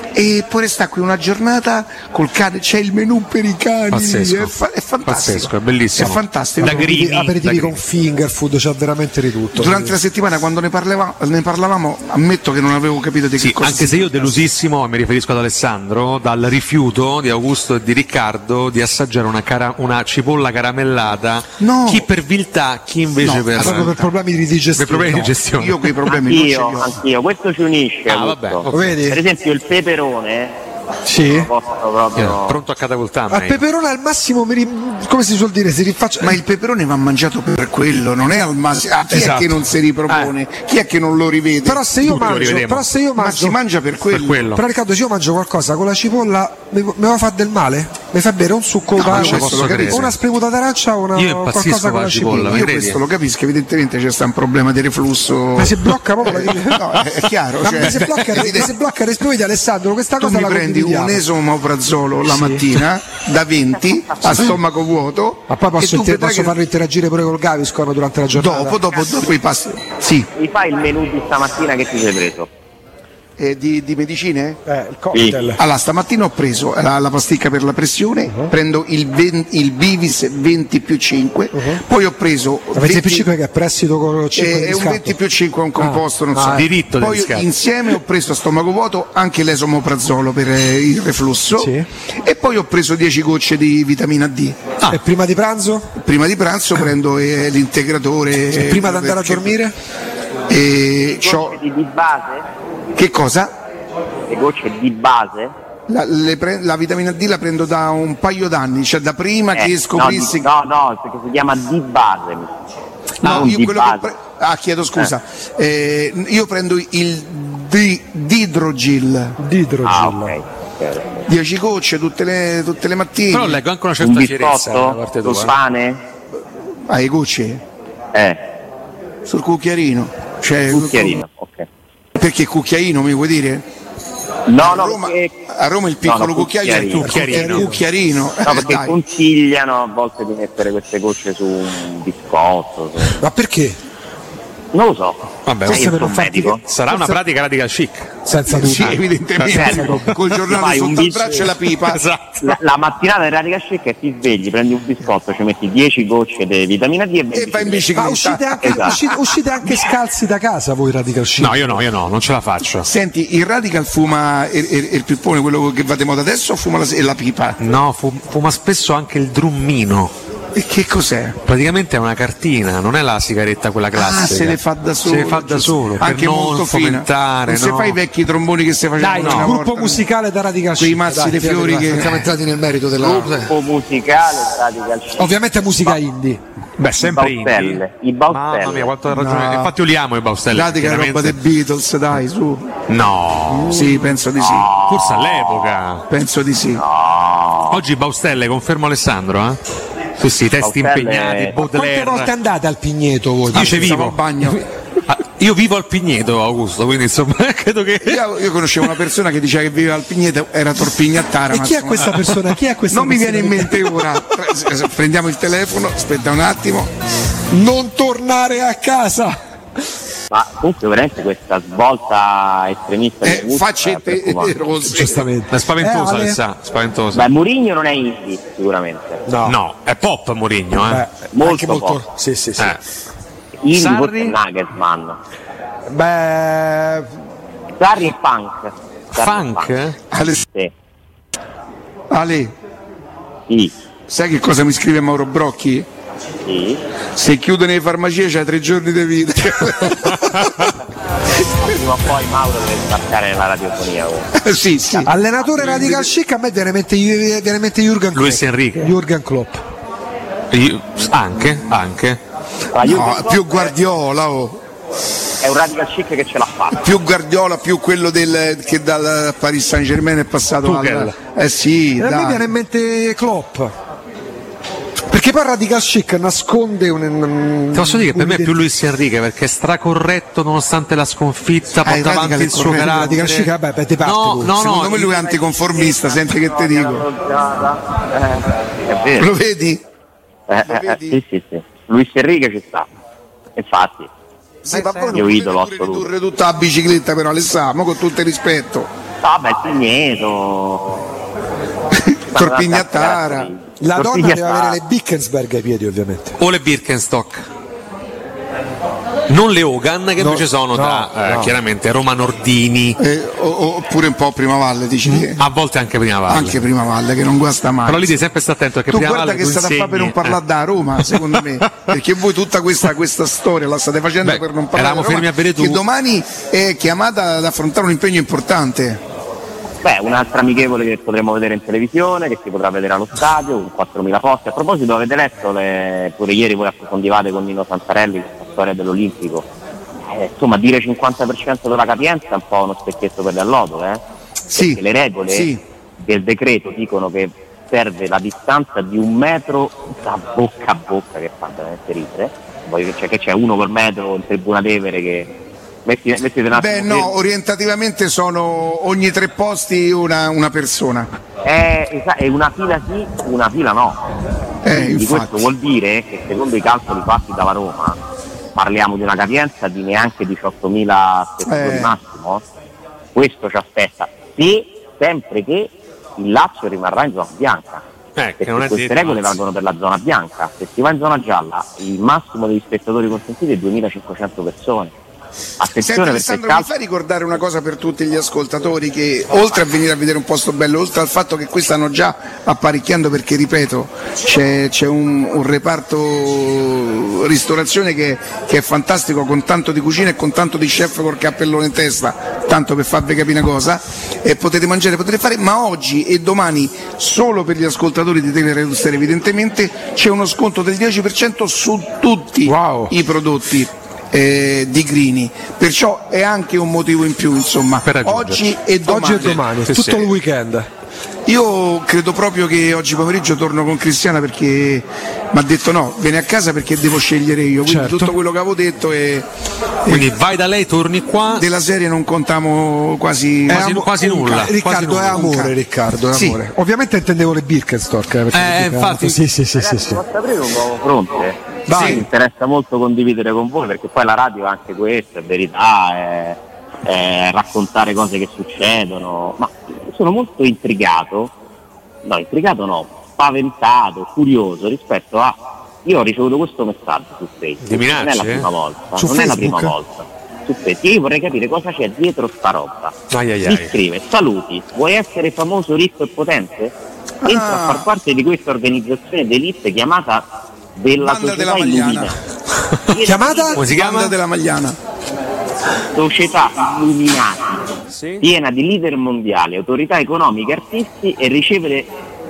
e poi resta qui una giornata col cane, c'è il menù per i cani, Pazzesco. è, fa- è fantastico, Pazzesco, è bellissimo. è fantastico. Da Aperitivi, Grini, aperitivi da con Grini. finger food, c'è veramente di tutto. Durante la settimana quando ne, parleva- ne parlavamo ammetto che non avevo capito di che Sì, cosa anche si se io trattasse. delusissimo, e mi riferisco ad Alessandro, dal rifiuto di Augusto e di Riccardo di assaggiare una, cara- una cipolla caramellata, No. chi per viltà, chi invece No, per, proprio per problemi di digestione. per problemi di No, gestione. io quei problemi non ce li Anch'io, ho. anch'io, questo ci unisce. Ah, Augusto. vabbè, ok. Vedi? Per esempio il peperone, Sì. lo posso proprio... Pronto a catapultarmi. Al peperone al massimo mi ri- come si suol dire, si rinfaccia. Ma il peperone va mangiato per quello, non è al massimo. Ah, chi Esatto. è che non si ripropone? Chi è che non lo rivede? Però se io Tutti lo mangio, rivedremo. però se io Ma mangio si mangia per quello. Per quello. Però Riccardo, se io mangio qualcosa con la cipolla mi, mi va a fare del male? Mi fa bere un succo No, d'acqua, io questo lo o capisco. una spremuta d'arancia o una, Io impazzisco qualcosa con con la la cipolla, cipolla. mi Io credi? questo lo capisco, evidentemente c'è sta un problema di reflusso. Ma si blocca proprio la No, è chiaro. Ma cioè, mi si blocca, evidente- mi si blocca il respiro di Alessandro, questa tu cosa mi la prendi un condividiamo. esomeprazolo la Sì. mattina da venti a stomaco vuoto Ma poi e posso, tu inter- vedrai posso che farlo interagire pure col Gaviscon durante la giornata? dopo, dopo, dopo i passi. Sì, Mi fai il menù di stamattina che ti sei preso? eh, di, di medicine? Eh, il cocktail. Allora, stamattina ho preso la, la pasticca per la pressione, prendo il, ven- il Vivis venti più cinque, poi ho preso La venti più cinque che è prestito con il cinque eh, di è un scatto. venti più cinque, è un composto, non ah, so. eh. Diritto del Poi scatto. insieme ho preso a stomaco vuoto anche l'esomeprazolo per eh, il reflusso Sì. e poi ho preso dieci gocce di vitamina D. E prima di pranzo? Prima di pranzo prendo eh, l'integratore. E prima di andare a perché- dormire? E c'ho- Gocce di, di base? che cosa? Le gocce di base? La, le pre- la vitamina D la prendo da un paio d'anni, cioè da prima Eh, che scoprissi. No, di- no, no, perché si chiama di base. No, non io di quello che base. pre- ah, chiedo scusa. Eh, io prendo il di- Didrogil, Didrogil. Ah, ok. ok. dieci gocce tutte le, tutte le mattine. Però leggo anche una Un certa fierezza da biscotto? parte Col tua. pane? Ah, le gocce? Eh, Sul cucchiarino. Cioè, cucchiarino, ok. Perché cucchiaino mi vuoi dire? No, a, no, Roma, perché, a Roma il piccolo No, no, cucchiaio è il cucchiarino. cucchiarino. no, Eh, perché dai. consigliano a volte di mettere queste gocce su un biscotto. su- Ma perché? Non lo so. Vabbè, Eh, forse io per sono non farti- medico. sarà una pratica radical chic. Senza dubbio. Sì, evidentemente. Certo. Col giornale Fai un sotto il bis- braccio e la pipa. Esatto. La, la mattinata in radica chic e ti svegli, prendi un biscotto, ci metti dieci gocce di vitamina D e vai E vai in Ma bicicletta. uscite anche, Esatto. uscite, uscite anche scalzi da casa voi Radical Chic? No, io no, io no, non ce la faccio. Senti, il Radical fuma il, il, il pippone, quello che va di moda adesso, o fuma la, e la pipa? No, fu- fuma spesso anche il drummino. E che cos'è? Praticamente è una cartina, non è la sigaretta quella classica. Ah, se le fa da solo. Se le fa da solo, anche per molto non fomentare. Non no. se fai i vecchi tromboni che si facevano Dai, una il volta, gruppo musicale da Radical Chic. quei mazzi dei fiori che siamo entrati nel merito della Gruppo musicale Radical Chic. ovviamente musica indie. Beh, sempre I Baustelle, indie. i Baustelle. Mamma mia, quanto ha ragione. No. Infatti io li amo i Baustelle. date che è roba dei Beatles, dai, su. No, Sì, penso di sì. forse all'epoca. Penso di sì. Oggi Baustelle, confermo Alessandro, eh? Sì, sì, testi Baustelle- impegnati, Quante volte Baudelaire. andate al Pigneto voi? Io ci Stavo vivo. al bagno. Ah, io vivo al Pigneto, Augusto, quindi insomma credo che. Io, io conoscevo una persona che diceva che viveva al Pigneto, era Torpignattara. E ma chi è insomma, questa persona? Chi è questa Non mi persona? viene in mente ora. Prendiamo il telefono, aspetta un attimo. Non tornare a casa. Ma comunque veramente questa svolta estremista Eh, di musica è faccette preoccupante. rosse. Giustamente. È spaventosa, Eh, Ale? Alessà, spaventosa. Beh, Mourinho non è indie sicuramente. No. No, è pop Mourinho, eh. Beh, Molto anche molto. poco. Sì, sì, sì. Eh. Indie Sarri? forse è Nagelsmann. Beh, Sarri è punk. Sarri è Funk? Ale, Sì. Ale, Sì. sai che cosa mi scrive Mauro Brocchi? Sì. Se chiudono le farmacie c'hai tre giorni di vita. Prima o poi Mauro deve sbarcare nella radiofonia. oh. Sì, sì. allenatore Radical Chic a me viene in mente, viene in mente Jürgen Klopp. Luis Enrique. Jürgen Klopp. Io- Anche, anche. Ma Jürgen No, Klopp più è- Guardiola, oh. È un Radical Chic che ce l'ha fatta. Più Guardiola, più quello del, che dal Paris Saint Germain è passato Tuchel. al. Eh sì, E a me dai. viene in mente Klopp. Perché poi Radical Chic nasconde un. un Ti posso dire che per me è più un'identità. Luis Enrique perché è stracorretto nonostante la sconfitta, Ah, il porta avanti Radical il suo è corretto, il carattere. Radical Chic, vabbè, beh, te parte no, voi. no, Secondo no, me lui è anticonformista, senti che te dico. Eh, è vero. Lo vedi? Eh, eh, eh, sì, sì, sì. Luis Enrique ci sta. Infatti. Sì, ma voi non Io potete idolo pure assoluto. ridurre tutta la bicicletta però Alessandro, con tutto il rispetto. Vabbè, il Pigneto. Torpignattara. La donna deve Torpignattara. avere le Bickensberg ai piedi, ovviamente. o le Birkenstock. Non le Hogan che No, invece sono no, tra eh, no. chiaramente Roma Nordini, Eh, o- oppure un po' Prima Valle, dici te? a volte anche Prima Valle. Anche Prima Valle, che non guasta mai. Però lì devi sempre stare attento perché Tu Prima guarda Valle che tu state a fare per non insegni, parlare da Roma, secondo me, perché voi tutta questa, questa storia la state facendo Beh, per non parlare eravamo da Roma, fermi a vedere tu. che domani è chiamata ad affrontare un impegno importante. Beh, un'altra amichevole che potremo vedere in televisione, che si potrà vedere allo stadio, con quattromila posti. A proposito, avete letto, le... pure ieri voi approfondivate con Nino Santarelli questa storia dell'Olimpico. Eh, insomma, dire cinquanta per cento della capienza è un po' uno specchietto per le allodo, eh? Sì, Perché le regole sì. del decreto dicono che serve la distanza di un metro da bocca a bocca, che fa veramente ridere. Poi che c'è, che c'è uno per metro in tribuna Tevere che metti, mettete un attimo Beh no, orientativamente sono ogni tre posti una, una persona. È, esa- è una fila sì, una fila no. Eh, Quindi infatti. questo vuol dire che secondo i calcoli fatti dalla Roma parliamo di una capienza di neanche diciottomila spettatori Eh. massimo. Questo ci aspetta, se sempre che il Lazio rimarrà in zona bianca. Eh, Perché che non è queste detto, regole anzi. valgono per la zona bianca. Se si va in zona gialla, il massimo degli spettatori consentiti è duemilacinquecento persone. Senti Attenzione perché il Alessandro, mi calcio fai ricordare una cosa per tutti gli ascoltatori, che oltre a venire a vedere un posto bello, oltre al fatto che qui stanno già apparecchiando, perché ripeto c'è, c'è un, un reparto ristorazione che, che è fantastico, con tanto di cucina e con tanto di chef col cappellone in testa, tanto per farvi capire una cosa, e potete mangiare, potete fare, ma oggi e domani solo per gli ascoltatori di Teleradio Stereo evidentemente c'è uno sconto del dieci per cento su tutti Wow. i prodotti eh, di Grini, perciò è anche un motivo in più, insomma, Per raggiungerci. oggi e domani. Oggi e domani, Sì, tutto sì. il weekend. Io credo proprio che oggi pomeriggio torno con Cristiana, perché mi ha detto no, vieni a casa perché devo scegliere io, quindi Certo. tutto quello che avevo detto e, Quindi vai da lei, torni qua. della serie non contiamo quasi, Quasi- amo- quasi nulla, quasi Riccardo nulla. è amore, Riccardo è Sì. amore. Ovviamente intendevo le Birkenstock. Eh, perché Eh, dico, infatti- sì, sì, sì, sì, Ragazzi, sì. posso aprire un nuovo fronte? Vai. Mi interessa molto condividere con voi, perché poi la radio è anche questo, è verità, è, è raccontare cose che succedono, ma sono molto intrigato, no intrigato no, spaventato, curioso rispetto a... Io ho ricevuto questo messaggio su Facebook, Di minacce, non è la eh? prima volta, Su non è la Facebook? prima volta. Su Facebook. Io vorrei capire cosa c'è dietro sta roba. Ai ai Mi ai. scrive: saluti, vuoi essere famoso, ricco e potente? entra Ah. a far parte di questa organizzazione d'elite chiamata della Banda società della Magliana. Illuminati. Chiamata? Come si Banda chiama? della Magliana. Società Illuminati, piena di leader mondiali, autorità economiche, artisti, e ricevere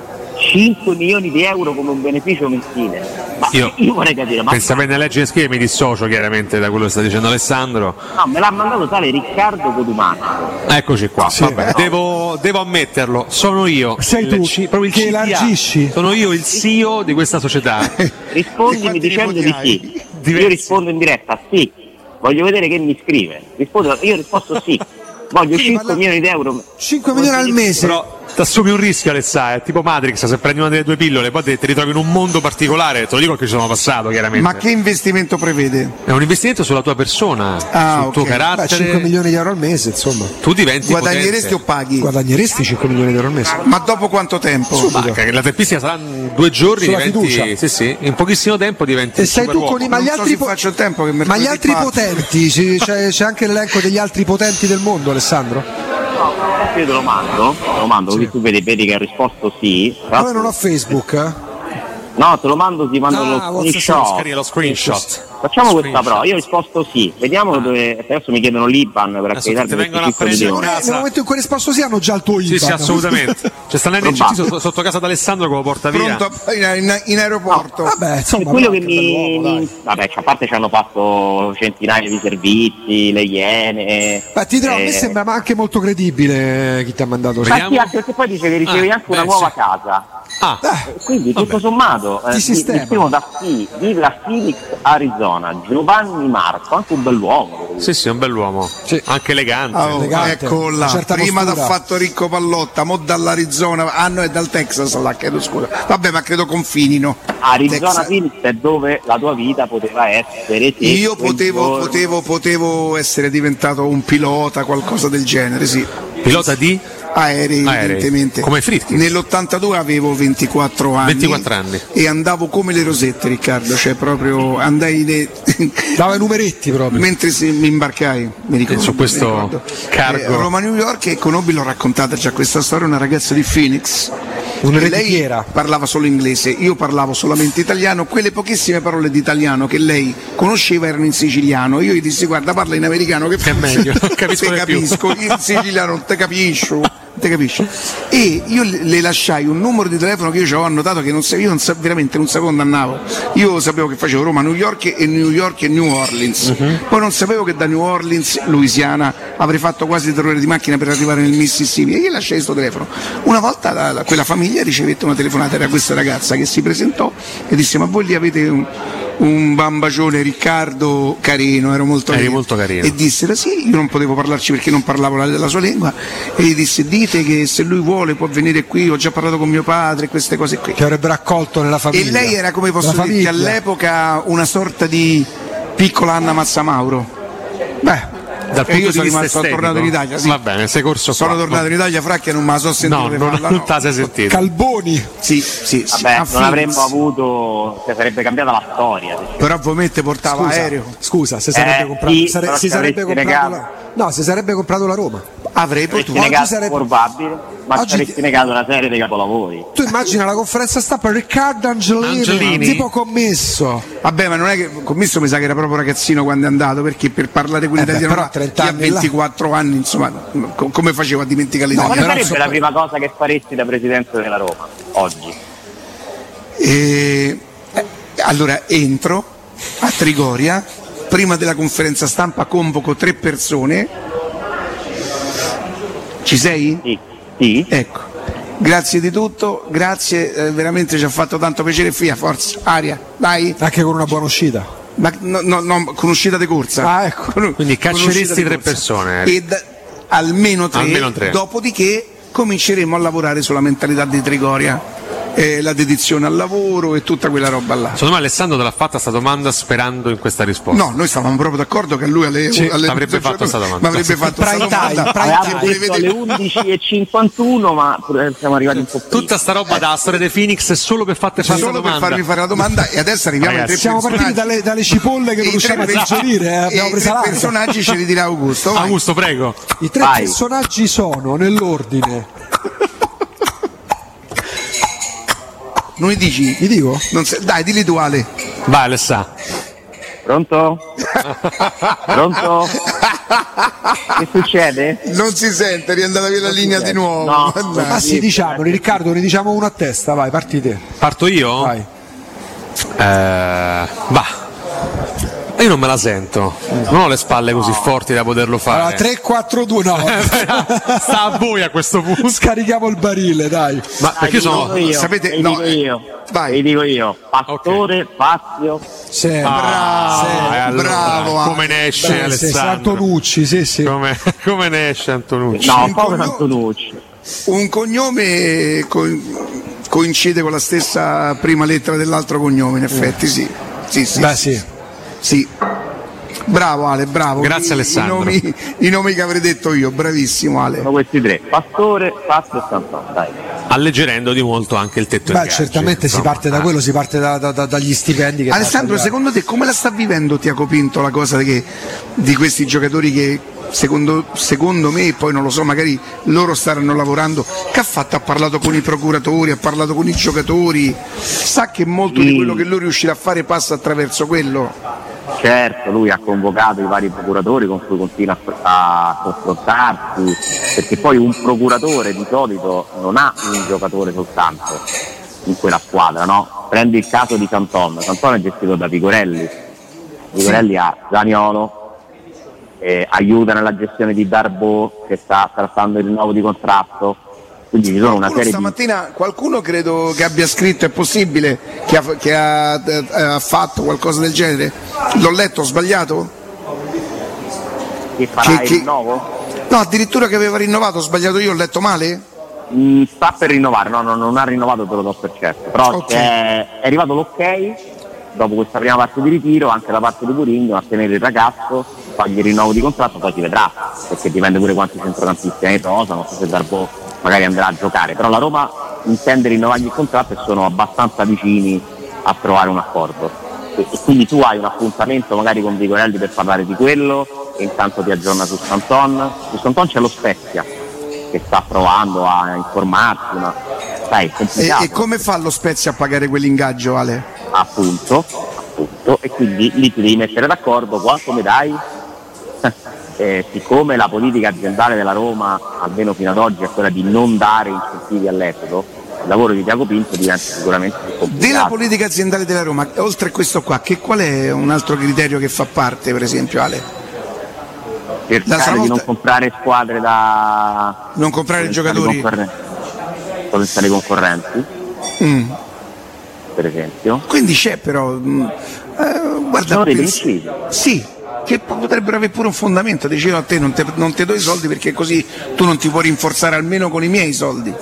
cinque milioni di euro come un beneficio mensile. Ma Io- io, vorrei capire, ma Per saperne leggere e scrivere mi dissocio chiaramente da quello che sta dicendo Alessandro. no, me l'ha mandato tale Riccardo Codumano. Eccoci qua, Sì. vabbè, devo, devo ammetterlo, sono io. Sei il tu C- proprio il che C D A. elargisci. Sono io il C E O di questa società. Rispondimi Quanti dicendo di nipoti sì. hai? Diversi. Io rispondo in diretta sì. Voglio vedere che mi scrive. Rispondo, io ho risposto sì. Voglio Quindi cinque parla- milioni di euro. cinque milioni al mese. Però ti assumi un rischio, Alessà, è tipo Matrix, se prendi una delle due pillole poi ti, ti ritrovi in un mondo particolare, te lo dico che ci sono passato chiaramente. Ma che investimento prevede? È un investimento sulla tua persona, Ah, sul tuo ok. Beh, carattere. cinque milioni di euro al mese, insomma. Tu diventi Guadagneresti o potente. paghi? Guadagneresti cinque milioni di euro al mese? Ma dopo quanto tempo? Ma che la tempistica saranno due giorni, Sulla diventi, fiducia. sì, sì, in pochissimo tempo diventi E un sei tu superuomo. con i ma gli Non so altri, se po- faccio il tempo che ma gli mercoledì altri passa. potenti, ci- c'è, c'è anche l'elenco degli altri potenti del mondo, Alessandro? No, io te lo mando, te lo mando, così tu vedi, vedi che ha risposto sì. Ma noi non ho Facebook, eh? No, te lo mando, ti mando Ah, lo WhatsApp, screenshot. Lo screenshot. Facciamo questa Screenshot. prova, io ho risposto sì, vediamo dove. Adesso mi chiedono l'I B A N per Adesso accreditarmi ti vengono a questi cinque prendere milioni. una- Nel momento in cui hai risposto sì hanno già il tuo I B A N. Sì, sì, assolutamente. C'è sta Nenni Probabile. sotto, sotto casa d'Alessandro che lo porta via. Pronto a- in, in- in aeroporto. Vabbè, E insomma, quello però, che che mi, bell'uomo, mi- dai. vabbè, a parte ci hanno fatto centinaia di servizi, le Iene. Beh, ti dirò, a me eh, sembra ma anche molto credibile chi ti ha mandato. ma Vediamo. sì, anche perché poi dice che ricevi Ah, anche una beh, nuova sì. casa. Ah, Eh, Quindi tutto Vabbè. sommato eh, Ti mi, sistema. mi scrivono da sì, vive a Phoenix, Arizona, Giovanni Marco, anche un bell'uomo. sì, sì, è un bell'uomo. Sì. Anche elegante. Oh, elegante, ecco là, una certa prima postura. t'ha fatto Ricco Pallotta, mo dall'Arizona, ah no è dal Texas là, chiedo scusa. Vabbè, ma credo confinino. Arizona Texas. Phoenix è dove la tua vita poteva essere. se Io quel potevo, giorno- potevo, potevo essere diventato un pilota, qualcosa del genere, sì. Pilota di Aerei, Aerei. evidentemente. Come Fritti. Nell'ottantadue avevo ventiquattro anni. ventiquattro anni. E andavo come le rosette, Riccardo, cioè proprio andai le... Dava i numeretti proprio. mentre si- mi imbarcai, mi ricordo. E su questo mi ricordo. cargo. Eh, Roma New York e conobbi, l'ho raccontata già questa storia, una ragazza di Phoenix. Una E lei ereditiera. parlava solo inglese, io parlavo solamente italiano, quelle pochissime parole di italiano che lei conosceva erano in siciliano. Io gli dissi guarda parla in americano che, Che è meglio, capisco te di più. capisco, in siciliano non te capisco. Te capisci? E io le le lasciai un numero di telefono che io ci avevo annotato che non sa- io non sa- veramente non sapevo dove andavo. Io sapevo che facevo Roma, New York e New York e New Orleans. Poi non sapevo che da New Orleans, Louisiana, avrei fatto quasi tre ore di macchina per arrivare nel Mississippi. E io lasciai questo telefono. Una volta la- la- quella famiglia ricevette una telefonata, era questa ragazza che si presentò e disse ma voi lì avete un, un bambacione Riccardo carino, ero molto Eri carino. molto carino. E dissero sì, io non potevo parlarci perché non parlavo la, la sua lingua e gli disse dite che se lui vuole può venire qui, ho già parlato con mio padre, queste cose qui. Che avrebbero accolto nella famiglia. E lei era, come posso La dirti, famiglia. all'epoca una sorta di piccola Anna Mazzamauro. Beh, Dal e io punto sono di vista rimasto, sono tornato in estetico. Italia. Sì. Va bene, sei corso Sono qua. tornato in Italia, Fracchia non me la so sentita No, non, farla, non no. te la sei sentito. Calboni. Sì, sì, sì. Vabbè, a non Phoenix. avremmo avuto, cioè, sarebbe cambiata la storia. Però ovviamente portava Scusa, aereo. scusa, se sarebbe Eh, comprato, sì, sare- però si ci sarebbe avresti comprato negato. la... No, si sarebbe comprato la Roma. Avrei Avresti potuto. negato, sarebbe- probabile, ma Oggi ci avresti ti- negato una serie di capolavori. Tu immagina la conferenza stampa Riccardo Angelini, Angelini? tipo commesso. Vabbè, ma non è che commesso mi sa che era proprio ragazzino quando è andato, perché per parlare con Eh beh, l'italiano però là, trenta io a anni là. ventiquattro anni, insomma, co- come facevo a dimenticare Quale l'italiano? sarebbe so- la prima cosa che faresti da presidente della Roma oggi? E, eh, allora entro a Trigoria, prima della conferenza stampa convoco tre persone. Ci sei? Sì, sì. Ecco, grazie di tutto, grazie, eh, veramente ci ha fatto tanto piacere. Fia, forza, aria, dai. Anche con una buona uscita. Ma no, no, no, con uscita di corsa. Ah, ecco. Con- Quindi con cacceresti uscita di tre corsa. persone. E da- almeno, tre, Almeno tre. dopodiché cominceremo a lavorare sulla mentalità di Trigoria, eh, la dedizione al lavoro e tutta quella roba là. Secondo me Alessandro te l'ha fatta sta domanda sperando in questa risposta. No, noi stavamo proprio d'accordo che lui alle, Sì, alle t'avrebbe fatto sta domanda. Mi avrebbe fatto sta Prime domanda. time, prime che Avevamo detto prevede- alle undici e cinquantuno, ma pure- siamo arrivati un po' prima. Tutta sta roba da storia dei Phoenix è solo per farti fare la solo per domanda. farvi fare la domanda e adesso arriviamo ai tre Ragazzi, Siamo partiti personaggi. dalle, dalle cipolle che E non i tre riusciamo a perso- digerire, eh, e abbiamo i preso tre larga. personaggi ce li dirà Augusto. vai. Augusto, prego. I tre Vai. personaggi sono nell'ordine non li dici? Li dico? Non se... Dai, dilli tu Ale. Vai Alessà. Pronto? Pronto? Che succede? Non si sente, è riandata via la linea di nuovo. No, Ah sì, diciamo, Riccardo, ne diciamo uno a testa, vai, parti te. Parto io? Vai. Eh, bah. Io non me la sento, non ho le spalle così forti da poterlo fare. Allora, tre quattro due, no. Sta a voi a questo punto. Scarichiamo il barile, dai. Ma Dai, perché io sono. dico io, sapete- vi no, dico io. vai. Vi dico io. Pastore, Fazio. Sì. Ah, Bravo, e allora, bravo, come ne esce Beh, sì, Alessandro? Antonucci, sì, sì. Come, come ne esce Antonucci? No, Un povero cogno- Antonucci. Un cognome co- coincide con la stessa prima lettera dell'altro cognome, in effetti, sì. Sì, sì. Beh, sì. Sì. Bravo Ale, bravo. Grazie, I, Alessandro. I nomi, I nomi che avrei detto io, bravissimo Ale. Sono questi tre. Pastore, Fazio e Sant'Antonio. Dai. Alleggerendo di molto anche il tetto Beh, ingaggi, certamente si insomma. parte da Ah. quello, si parte da, da- da- dagli stipendi che Alessandro, da- secondo te come la sta vivendo Tiago Pinto la cosa che, di questi giocatori che secondo, secondo me, poi non lo so, magari loro staranno lavorando, che ha fatto? Ha parlato con i procuratori, ha parlato con i giocatori, sa che molto di Sì. quello che lui riuscirà a fare passa attraverso quello. Certo, lui ha convocato i vari procuratori con cui continua a, a confrontarsi, perché poi un procuratore di solito non ha un giocatore soltanto in quella squadra, no? Prendi il caso di Santon, Santon è gestito da Vigorelli, Vigorelli ha Zaniolo, eh, aiuta nella gestione di Darbo che sta trattando il rinnovo di contratto, quindi ci sono una Qualcuno serie di... stamattina, qualcuno credo che abbia scritto, è possibile, che ha, che ha, eh, ha fatto qualcosa del genere? L'ho letto, ho sbagliato? che farà che- il che- rinnovo? No, addirittura che aveva rinnovato, ho sbagliato io, ho letto male? Mm, sta per rinnovare, no, no, non ha rinnovato, te lo do per certo, però Ok. c'è- è arrivato l'ok dopo questa prima parte di ritiro anche da parte di Mourinho a tenere il ragazzo, fargli il rinnovo di contratto, poi si vedrà, perché dipende pure quanti centrocampisti ha in rosa, non so se Darbo magari andrà a giocare, però la Roma intende rinnovargli il contratto e sono abbastanza vicini a trovare un accordo e, e quindi tu hai un appuntamento magari con Vigorelli per parlare di quello e intanto ti aggiorna su Santon. Su Santon c'è lo Spezia che sta provando a informarsi, ma sai, è E, complicato. e come fa lo Spezia a pagare quell'ingaggio, Ale? Appunto, appunto, e quindi lì ti devi mettere d'accordo quanto mi dai. Eh, siccome la politica aziendale della Roma, almeno fino ad oggi, è quella di non dare incentivi all'esodo, il lavoro di Tiago Pinto diventa sicuramente più complicato. Della politica aziendale della Roma, oltre a questo qua, che qual è un altro criterio che fa parte, per esempio, Ale? Cercare l'altra di non volta- comprare squadre da Non comprare potenziali giocatori? concorren- potenziali concorrenti, Mm. per esempio. Quindi c'è però, mm, eh, guarda, Sono dei pens- principi. sì, che potrebbero avere pure un fondamento, dicevo a te non te, non te do i soldi perché così tu non ti puoi rinforzare almeno con i miei soldi.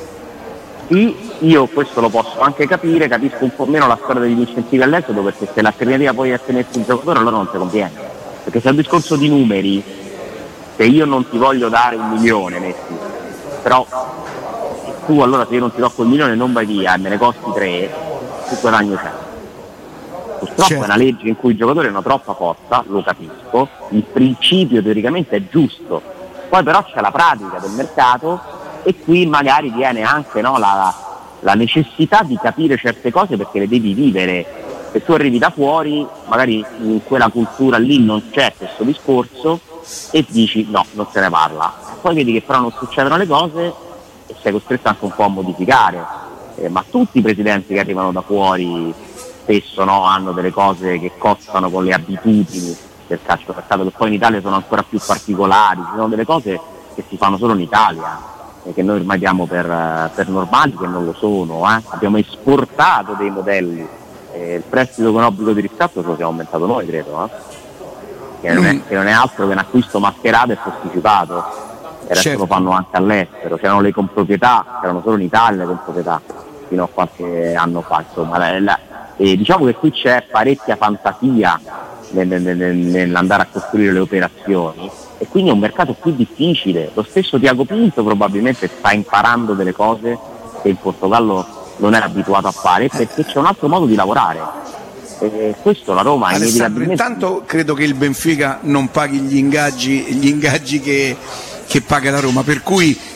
Sì, io questo lo posso anche capire, capisco un po' meno la storia degli incentivi all'esodo, perché se l'alternativa poi è tenersi il giocatore allora non ti conviene, perché se è un discorso di numeri, se io non ti voglio dare un milione metti, però tu allora se io non ti tocco il milione non vai via e me ne costi tre, tu guadagno c'è. Purtroppo Certo. è una legge in cui i giocatori hanno troppa forza, lo capisco, il principio teoricamente è giusto, poi però c'è la pratica del mercato e qui magari viene anche no, la, la necessità di capire certe cose perché le devi vivere. Se tu arrivi da fuori, magari in quella cultura lì non c'è questo discorso e dici no, non se ne parla. Poi vedi che però non succedono le cose e sei costretto anche un po' a modificare. Eh, ma tutti i presidenti che arrivano da fuori spesso no, hanno delle cose che costano con le abitudini del calcio mercato, che poi in Italia sono ancora più particolari, ci sono delle cose che si fanno solo in Italia e che noi ormai diamo per, per normali, che non lo sono, eh. Abbiamo esportato dei modelli, eh, il prestito con obbligo di riscatto ce lo siamo aumentato noi, credo, eh. che, non è, che non è altro che un acquisto mascherato e posticipato, e adesso Certo. lo fanno anche all'estero, c'erano le comproprietà, c'erano solo in Italia le comproprietà fino a qualche anno fa, insomma. La, la, e diciamo che qui c'è parecchia fantasia nel, nel, nel, nell'andare a costruire le operazioni e quindi è un mercato più difficile. Lo stesso Tiago Pinto probabilmente sta imparando delle cose che in Portogallo non era abituato a fare perché c'è un altro modo di lavorare e questo la Roma Alessandro, inevitabilmente... intanto credo che il Benfica non paghi gli ingaggi, gli ingaggi che, che paga la Roma, per cui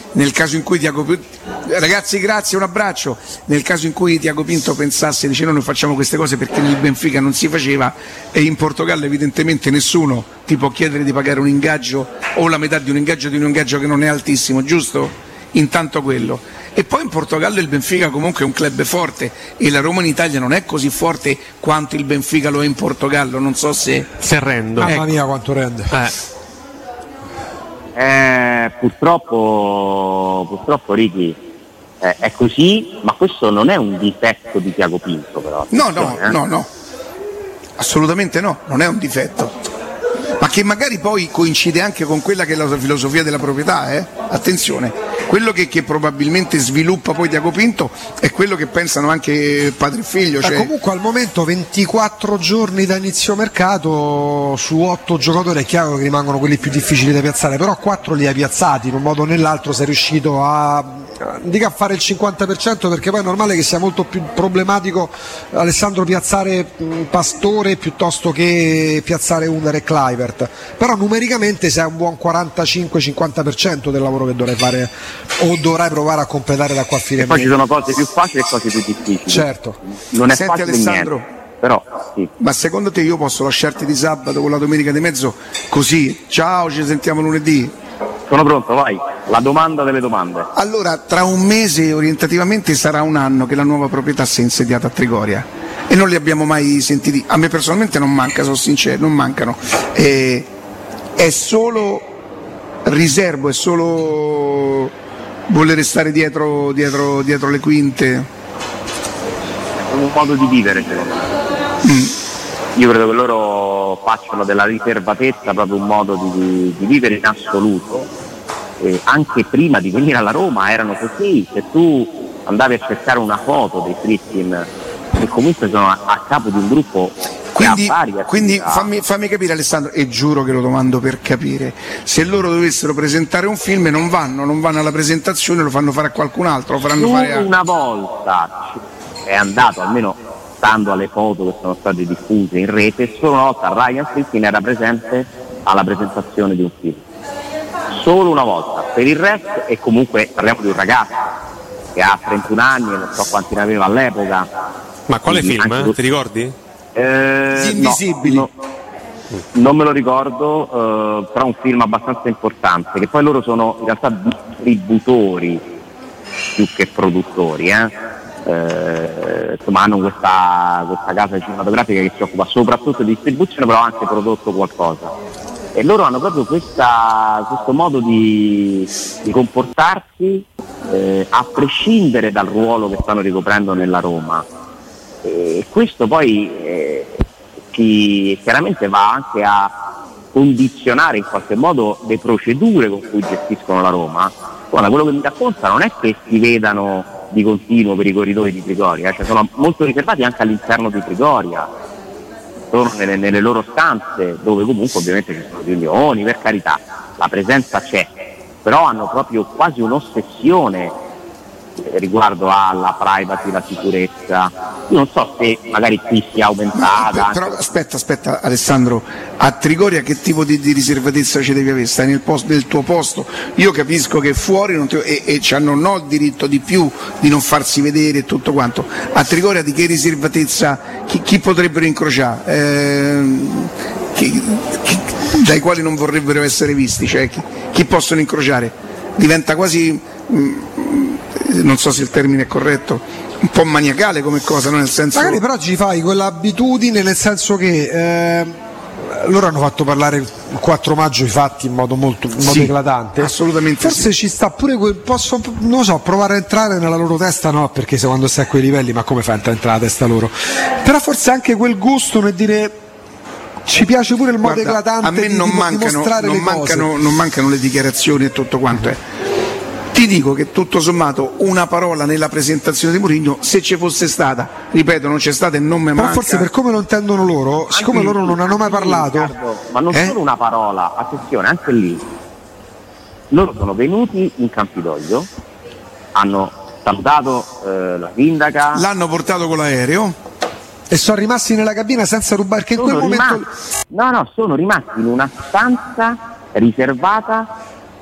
nel caso in cui Tiago Pinto, ragazzi grazie, un abbraccio, nel caso in cui Tiago Pinto pensasse, dice no, noi facciamo queste cose perché nel Benfica non si faceva, e in Portogallo evidentemente nessuno ti può chiedere di pagare un ingaggio o la metà di un ingaggio di un ingaggio che non è altissimo, giusto? Intanto quello. E poi in Portogallo il Benfica comunque è un club forte e la Roma in Italia non è così forte quanto il Benfica lo è in Portogallo, non so se se rendo. Mamma ecco. mia quanto rende. Eh. Eh, purtroppo, purtroppo Ricky, eh, è così, ma questo non è un difetto di Tiago Pinto, però. No, no, eh? no, no, assolutamente no, non è un difetto, ma che magari poi coincide anche con quella che è la filosofia della proprietà, eh? Attenzione, quello che, che probabilmente sviluppa poi Tiago Pinto è quello che pensano anche padre e figlio. Cioè... Eh, comunque al momento ventiquattro giorni da inizio mercato, su otto giocatori è chiaro che rimangono quelli più difficili da piazzare, però quattro li hai piazzati, in un modo o nell'altro sei riuscito a dica a fare il cinquanta per cento, perché poi è normale che sia molto più problematico, Alessandro, piazzare Pastore piuttosto che piazzare Under e Kluivert, però numericamente sei un buon quarantacinque cinquanta per cento del lavoro che dovrai fare o dovrai provare a completare da qua a fine mese. Poi ci sono cose più facili e cose più difficili. Certo. Non è Senti, facile Alessandro, niente, però sì. Ma secondo te io posso lasciarti di sabato con la domenica di mezzo così? Ciao, ci sentiamo lunedì. Sono pronto, vai. La domanda delle domande. Allora, tra un mese orientativamente sarà un anno che la nuova proprietà si è insediata a Trigoria e non li abbiamo mai sentiti. A me personalmente non manca, sono sincero, non mancano. E è solo riservo, è solo voler stare dietro, dietro, dietro le quinte. È un modo di vivere, secondo me. Mm. Io credo che loro facciano della riservatezza proprio un modo di, di vivere in assoluto. Eh, anche prima di venire alla Roma erano così. Se tu andavi a cercare una foto dei Fritkin, che comunque sono a, a capo di un gruppo, quindi, quindi fammi, fammi capire, Alessandro, e giuro che lo domando per capire, se loro dovessero presentare un film non vanno, non vanno alla presentazione, lo fanno fare a qualcun altro, lo faranno fare a... Una volta è andato, almeno stando alle foto che sono state diffuse in rete, solo una volta Ryan Fritkin era presente alla presentazione di un film, solo una volta. Per il resto, e comunque parliamo di un ragazzo che ha trentuno anni e non so quanti ne aveva all'epoca. Ma quale quindi film? tu... Ti ricordi? Eh, Invisibili. No, no, non me lo ricordo, eh, però è un film abbastanza importante, che poi loro sono in realtà distributori più che produttori, eh. Eh, insomma hanno questa, questa casa cinematografica che si occupa soprattutto di distribuzione, però ha anche prodotto qualcosa, e loro hanno proprio questa, questo modo di, di comportarsi eh, a prescindere dal ruolo che stanno ricoprendo nella Roma, e questo poi eh, chi, chiaramente va anche a condizionare in qualche modo le procedure con cui gestiscono la Roma. Guarda, quello che mi racconta non è che si vedano di continuo per i corridoi di Trigoria, cioè sono molto riservati anche all'interno di Trigoria, sono nelle, nelle loro stanze, dove comunque ovviamente ci sono riunioni, per carità, la presenza c'è, però hanno proprio quasi un'ossessione riguardo alla privacy, la sicurezza. Io non so se magari qui sia aumentata. Però aspetta, aspetta Alessandro, a Trigoria che tipo di, di riservatezza ci devi avere? Stai nel, posto, nel tuo posto, io capisco che fuori non ti, e, e hanno no il diritto di più di non farsi vedere e tutto quanto. A Trigoria di che riservatezza, chi, chi potrebbero incrociare? Eh, chi, chi, dai quali non vorrebbero essere visti, cioè chi, chi possono incrociare? Diventa quasi... Mh, non so se il termine è corretto, un po' maniacale come cosa, no? Nel senso... Magari però ci fai quell'abitudine, nel senso che eh, loro hanno fatto parlare il quattro maggio i fatti in modo molto in modo sì, eclatante. Assolutamente. Forse sì. Ci sta pure quel, posso, non lo so, provare a entrare nella loro testa, no, perché se quando stai a quei livelli, ma come fai a entrare nella testa loro? Però forse anche quel gusto nel dire ci piace pure il modo Guarda, eclatante a me di, non di mancano, dimostrare non le mancano, cose. Non mancano le dichiarazioni e tutto quanto è. Ti dico che tutto sommato una parola nella presentazione di Mourinho, se ci fosse stata, ripeto, non c'è stata e non mi manca. Però forse per come lo intendono loro, Anche siccome lì, loro non hanno mai parlato, Riccardo, ma non eh? solo una parola, attenzione, anche lì loro sono venuti in Campidoglio, hanno salutato eh, la sindaca, L'hanno portato con l'aereo e sono rimasti nella cabina senza rubare, che in quel sono momento rimasti, no no sono rimasti in una stanza riservata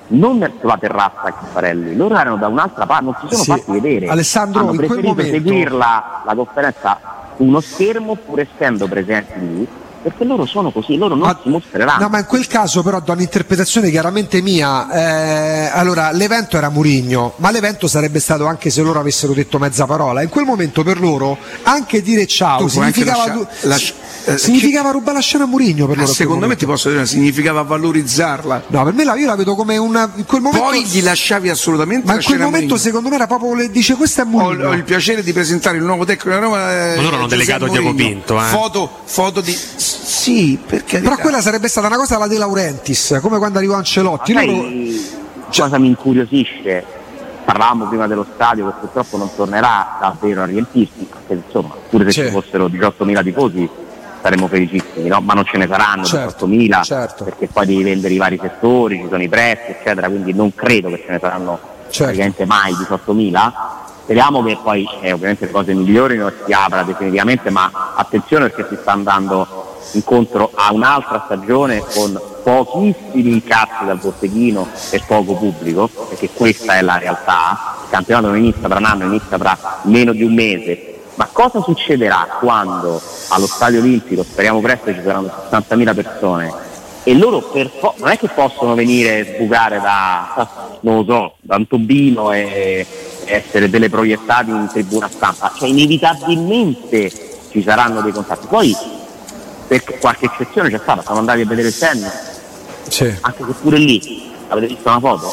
non sulla terrazza a Chiaparelli, loro erano da un'altra parte, non si sono sì. fatti vedere. Alessandro, hanno in quel preferito momento... seguirla la conferenza su uno schermo pur essendo presenti lì, perché loro sono così, loro non ma, si mostreranno. No, ma in quel caso però do un'interpretazione chiaramente mia. Eh, allora, l'evento era Mourinho, ma l'evento sarebbe stato anche se loro avessero detto mezza parola. In quel momento per loro anche dire ciao tu significava, lascia, lascia, eh, significava che, rubare la scena a Mourinho per loro. Secondo me ti posso dire, significava valorizzarla. No, per me la, io la vedo come una. In quel momento, poi gli lasciavi assolutamente ma la in quel scena momento Mourinho. Secondo me era proprio le, dice questo è Mourinho. Ho, ho il piacere di presentare il nuovo tecnico della Roma. Eh, ma loro hanno delegato Diego Pinto. Eh. Foto, foto di. Sì, perché. Però quella sarebbe stata una cosa alla De Laurentiis, come quando arrivò Ancelotti. Ma loro... sai, cosa mi incuriosisce? Parlavamo prima dello stadio che purtroppo non tornerà davvero a riempirsi, perché insomma, pure se ci fossero diciottomila tifosi saremmo felicissimi, no? Ma non ce ne saranno certo, diciottomila, certo. Perché poi devi vendere i vari settori, ci sono i prezzi, eccetera, quindi non credo che ce ne saranno certo. praticamente mai diciottomila. Speriamo che poi eh, ovviamente le cose migliorino e si apra definitivamente, ma attenzione perché si sta andando incontro a un'altra stagione con pochissimi incassi dal botteghino e poco pubblico, perché questa è la realtà. Il campionato non inizia tra un anno, inizia tra meno di un mese. Ma cosa succederà quando allo Stadio Olimpico, speriamo presto, ci saranno sessantamila persone e loro per fo- non è che possono venire e sbucare da, non lo so, da un tubino e essere teleproiettati in tribuna stampa, cioè inevitabilmente ci saranno dei contatti. Poi perché qualche eccezione c'è stata, siamo andati a vedere il tennis, sì. Anche se pure lì avete visto una foto?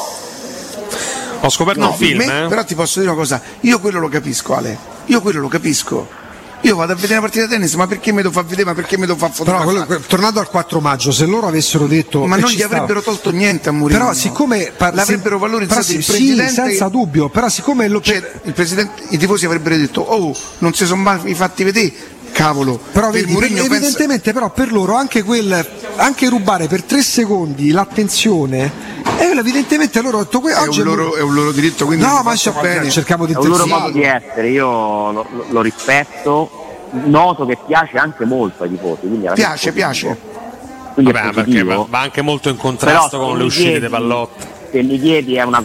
Ho scoperto no, un film, me, eh? però ti posso dire una cosa, io quello lo capisco, Ale, io quello lo capisco. Io vado a vedere una partita di tennis, ma perché mi devo far vedere, ma perché mi devo far fotografare? Però quello, tornando al quattro maggio, se loro avessero detto ma non gli stava, avrebbero tolto niente a Mourinho. Però siccome par- l'avrebbero valorizzato sì, il presidente, sì, senza dubbio, però siccome lo, cioè, il presidente, i tifosi avrebbero detto "Oh, non si sono mai fatti vedere". Cavolo, però per vedi, Mourinho per, pensa... evidentemente però per loro anche quel anche rubare per tre secondi l'attenzione e evidentemente loro detto, è, oggi un loro, è un loro diritto, quindi no, ma bene. Cerchiamo di è un loro modo di essere, io lo, lo rispetto, noto che piace anche molto ai tifosi, quindi piace, piace. Quindi vabbè, perché va, va anche molto in contrasto però, con le uscite chiedi, dei Pallotta. Se mi chiedi è una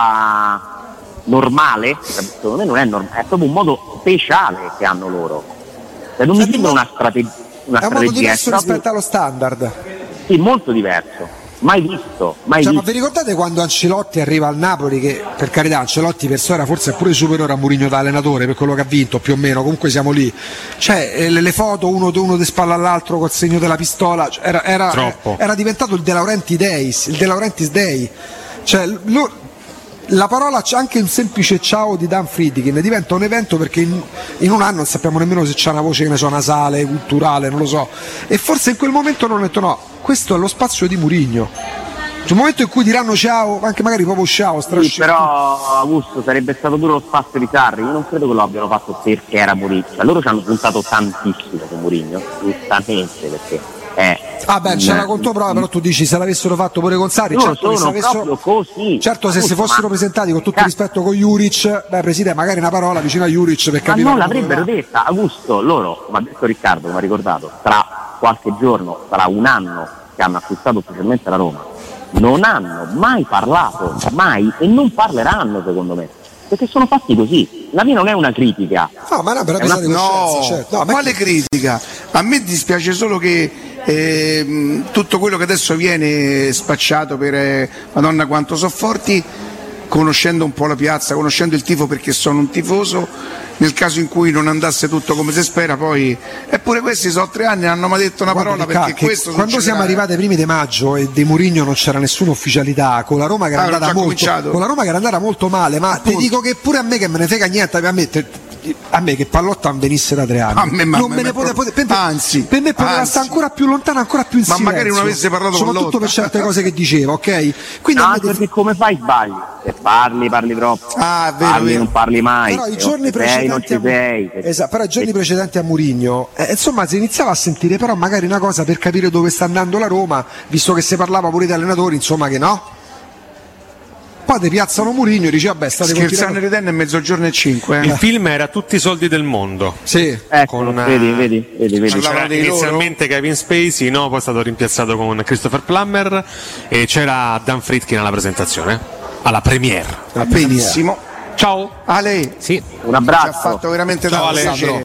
cosa normale, secondo me non è normale, è proprio un modo speciale che hanno loro. Non mi sembra una, strate- una è un strategia modo diverso è proprio... rispetto allo standard. Sì, molto diverso, mai visto, mai cioè, visto. Ma vi ricordate quando Ancelotti arriva al Napoli, che per carità Ancelotti per storia forse è pure superiore a Mourinho da allenatore per quello che ha vinto più o meno, comunque siamo lì, cioè le, le foto uno, uno di spalla all'altro col segno della pistola, cioè, era, era, era diventato il De Laurentiis Days, il De Laurentiis Day, cioè lo, la parola c'è anche un semplice ciao di Dan Friedkin diventa un evento perché in, in un anno non sappiamo nemmeno se c'è una voce che ne so nasale, culturale, non lo so, e forse in quel momento non ho detto no, questo è lo spazio di Mourinho. C'è un momento in cui diranno ciao, anche magari proprio ciao, sì, però Augusto sarebbe stato pure lo spazio di Sarri, io non credo che lo abbiano fatto perché era Mourinho, cioè, loro ci hanno puntato tantissimo con Mourinho, giustamente perché eh, ah beh, c'è una controprova, però tu dici se l'avessero fatto pure con Sarri, certo, sono se avessero... così. certo se Augusto, si fossero ma... presentati con tutto il rispetto con Juric, beh presidente, magari una parola vicino a Juric per capire. Ma non l'avrebbero detta, Augusto, loro, come ha detto Riccardo, come ha ricordato, tra qualche giorno, tra un anno che hanno acquistato ufficialmente la Roma, non hanno mai parlato, mai, e non parleranno secondo me, perché sono fatti così. La mia non è una critica. No, ma no, però una... no, certo. no, ma quale critica? A me dispiace solo che eh, tutto quello che adesso viene spacciato per eh, Madonna quanto so forti, conoscendo un po' la piazza, conoscendo il tifo perché sono un tifoso, nel caso in cui non andasse tutto come si spera, poi eppure questi sono tre anni, non hanno mai detto una parola Guarda, perché questo quando succederà. siamo arrivati ai primi di maggio e di Mourinho non c'era nessuna ufficialità, con la Roma che era ah, andata molto con la Roma che era andata molto male, ma Appunto. ti dico che pure a me che me ne frega niente, a me, te, a me che Pallotta non venisse da tre anni, a me, ma, non me, me ne me poteva, proprio, per, anzi, per me poteva anzi. stare ancora più lontano, ancora più in ma silenzio, magari non avesse parlato con soprattutto per certe cose che diceva, ok? Quindi no, a me anche te... perché come fai sbagli? Se parli, parli troppo, ah, vero, parli, vero. non parli mai. Però i se giorni sei, non ci sei. a... esatto, però i giorni precedenti a Mourinho, eh, insomma, si iniziava a sentire però magari una cosa per capire dove sta andando la Roma, visto che si parlava pure di allenatori, insomma che no? poi ti piazzano Mourinho e dici vabbè state scherzando, ridendo è mezzogiorno e cinque. Eh. Il film era Tutti i soldi del mondo. Sì. Ecco, con, vedi, vedi, vedi, vedi. C'era inizialmente loro. Kevin Spacey, no, poi è stato rimpiazzato con Christopher Plummer e c'era Dan Friedkin alla presentazione, alla premiere. Benissimo. Ciao Ale, sì. Un abbraccio. ci ha fatto veramente tanto piacere.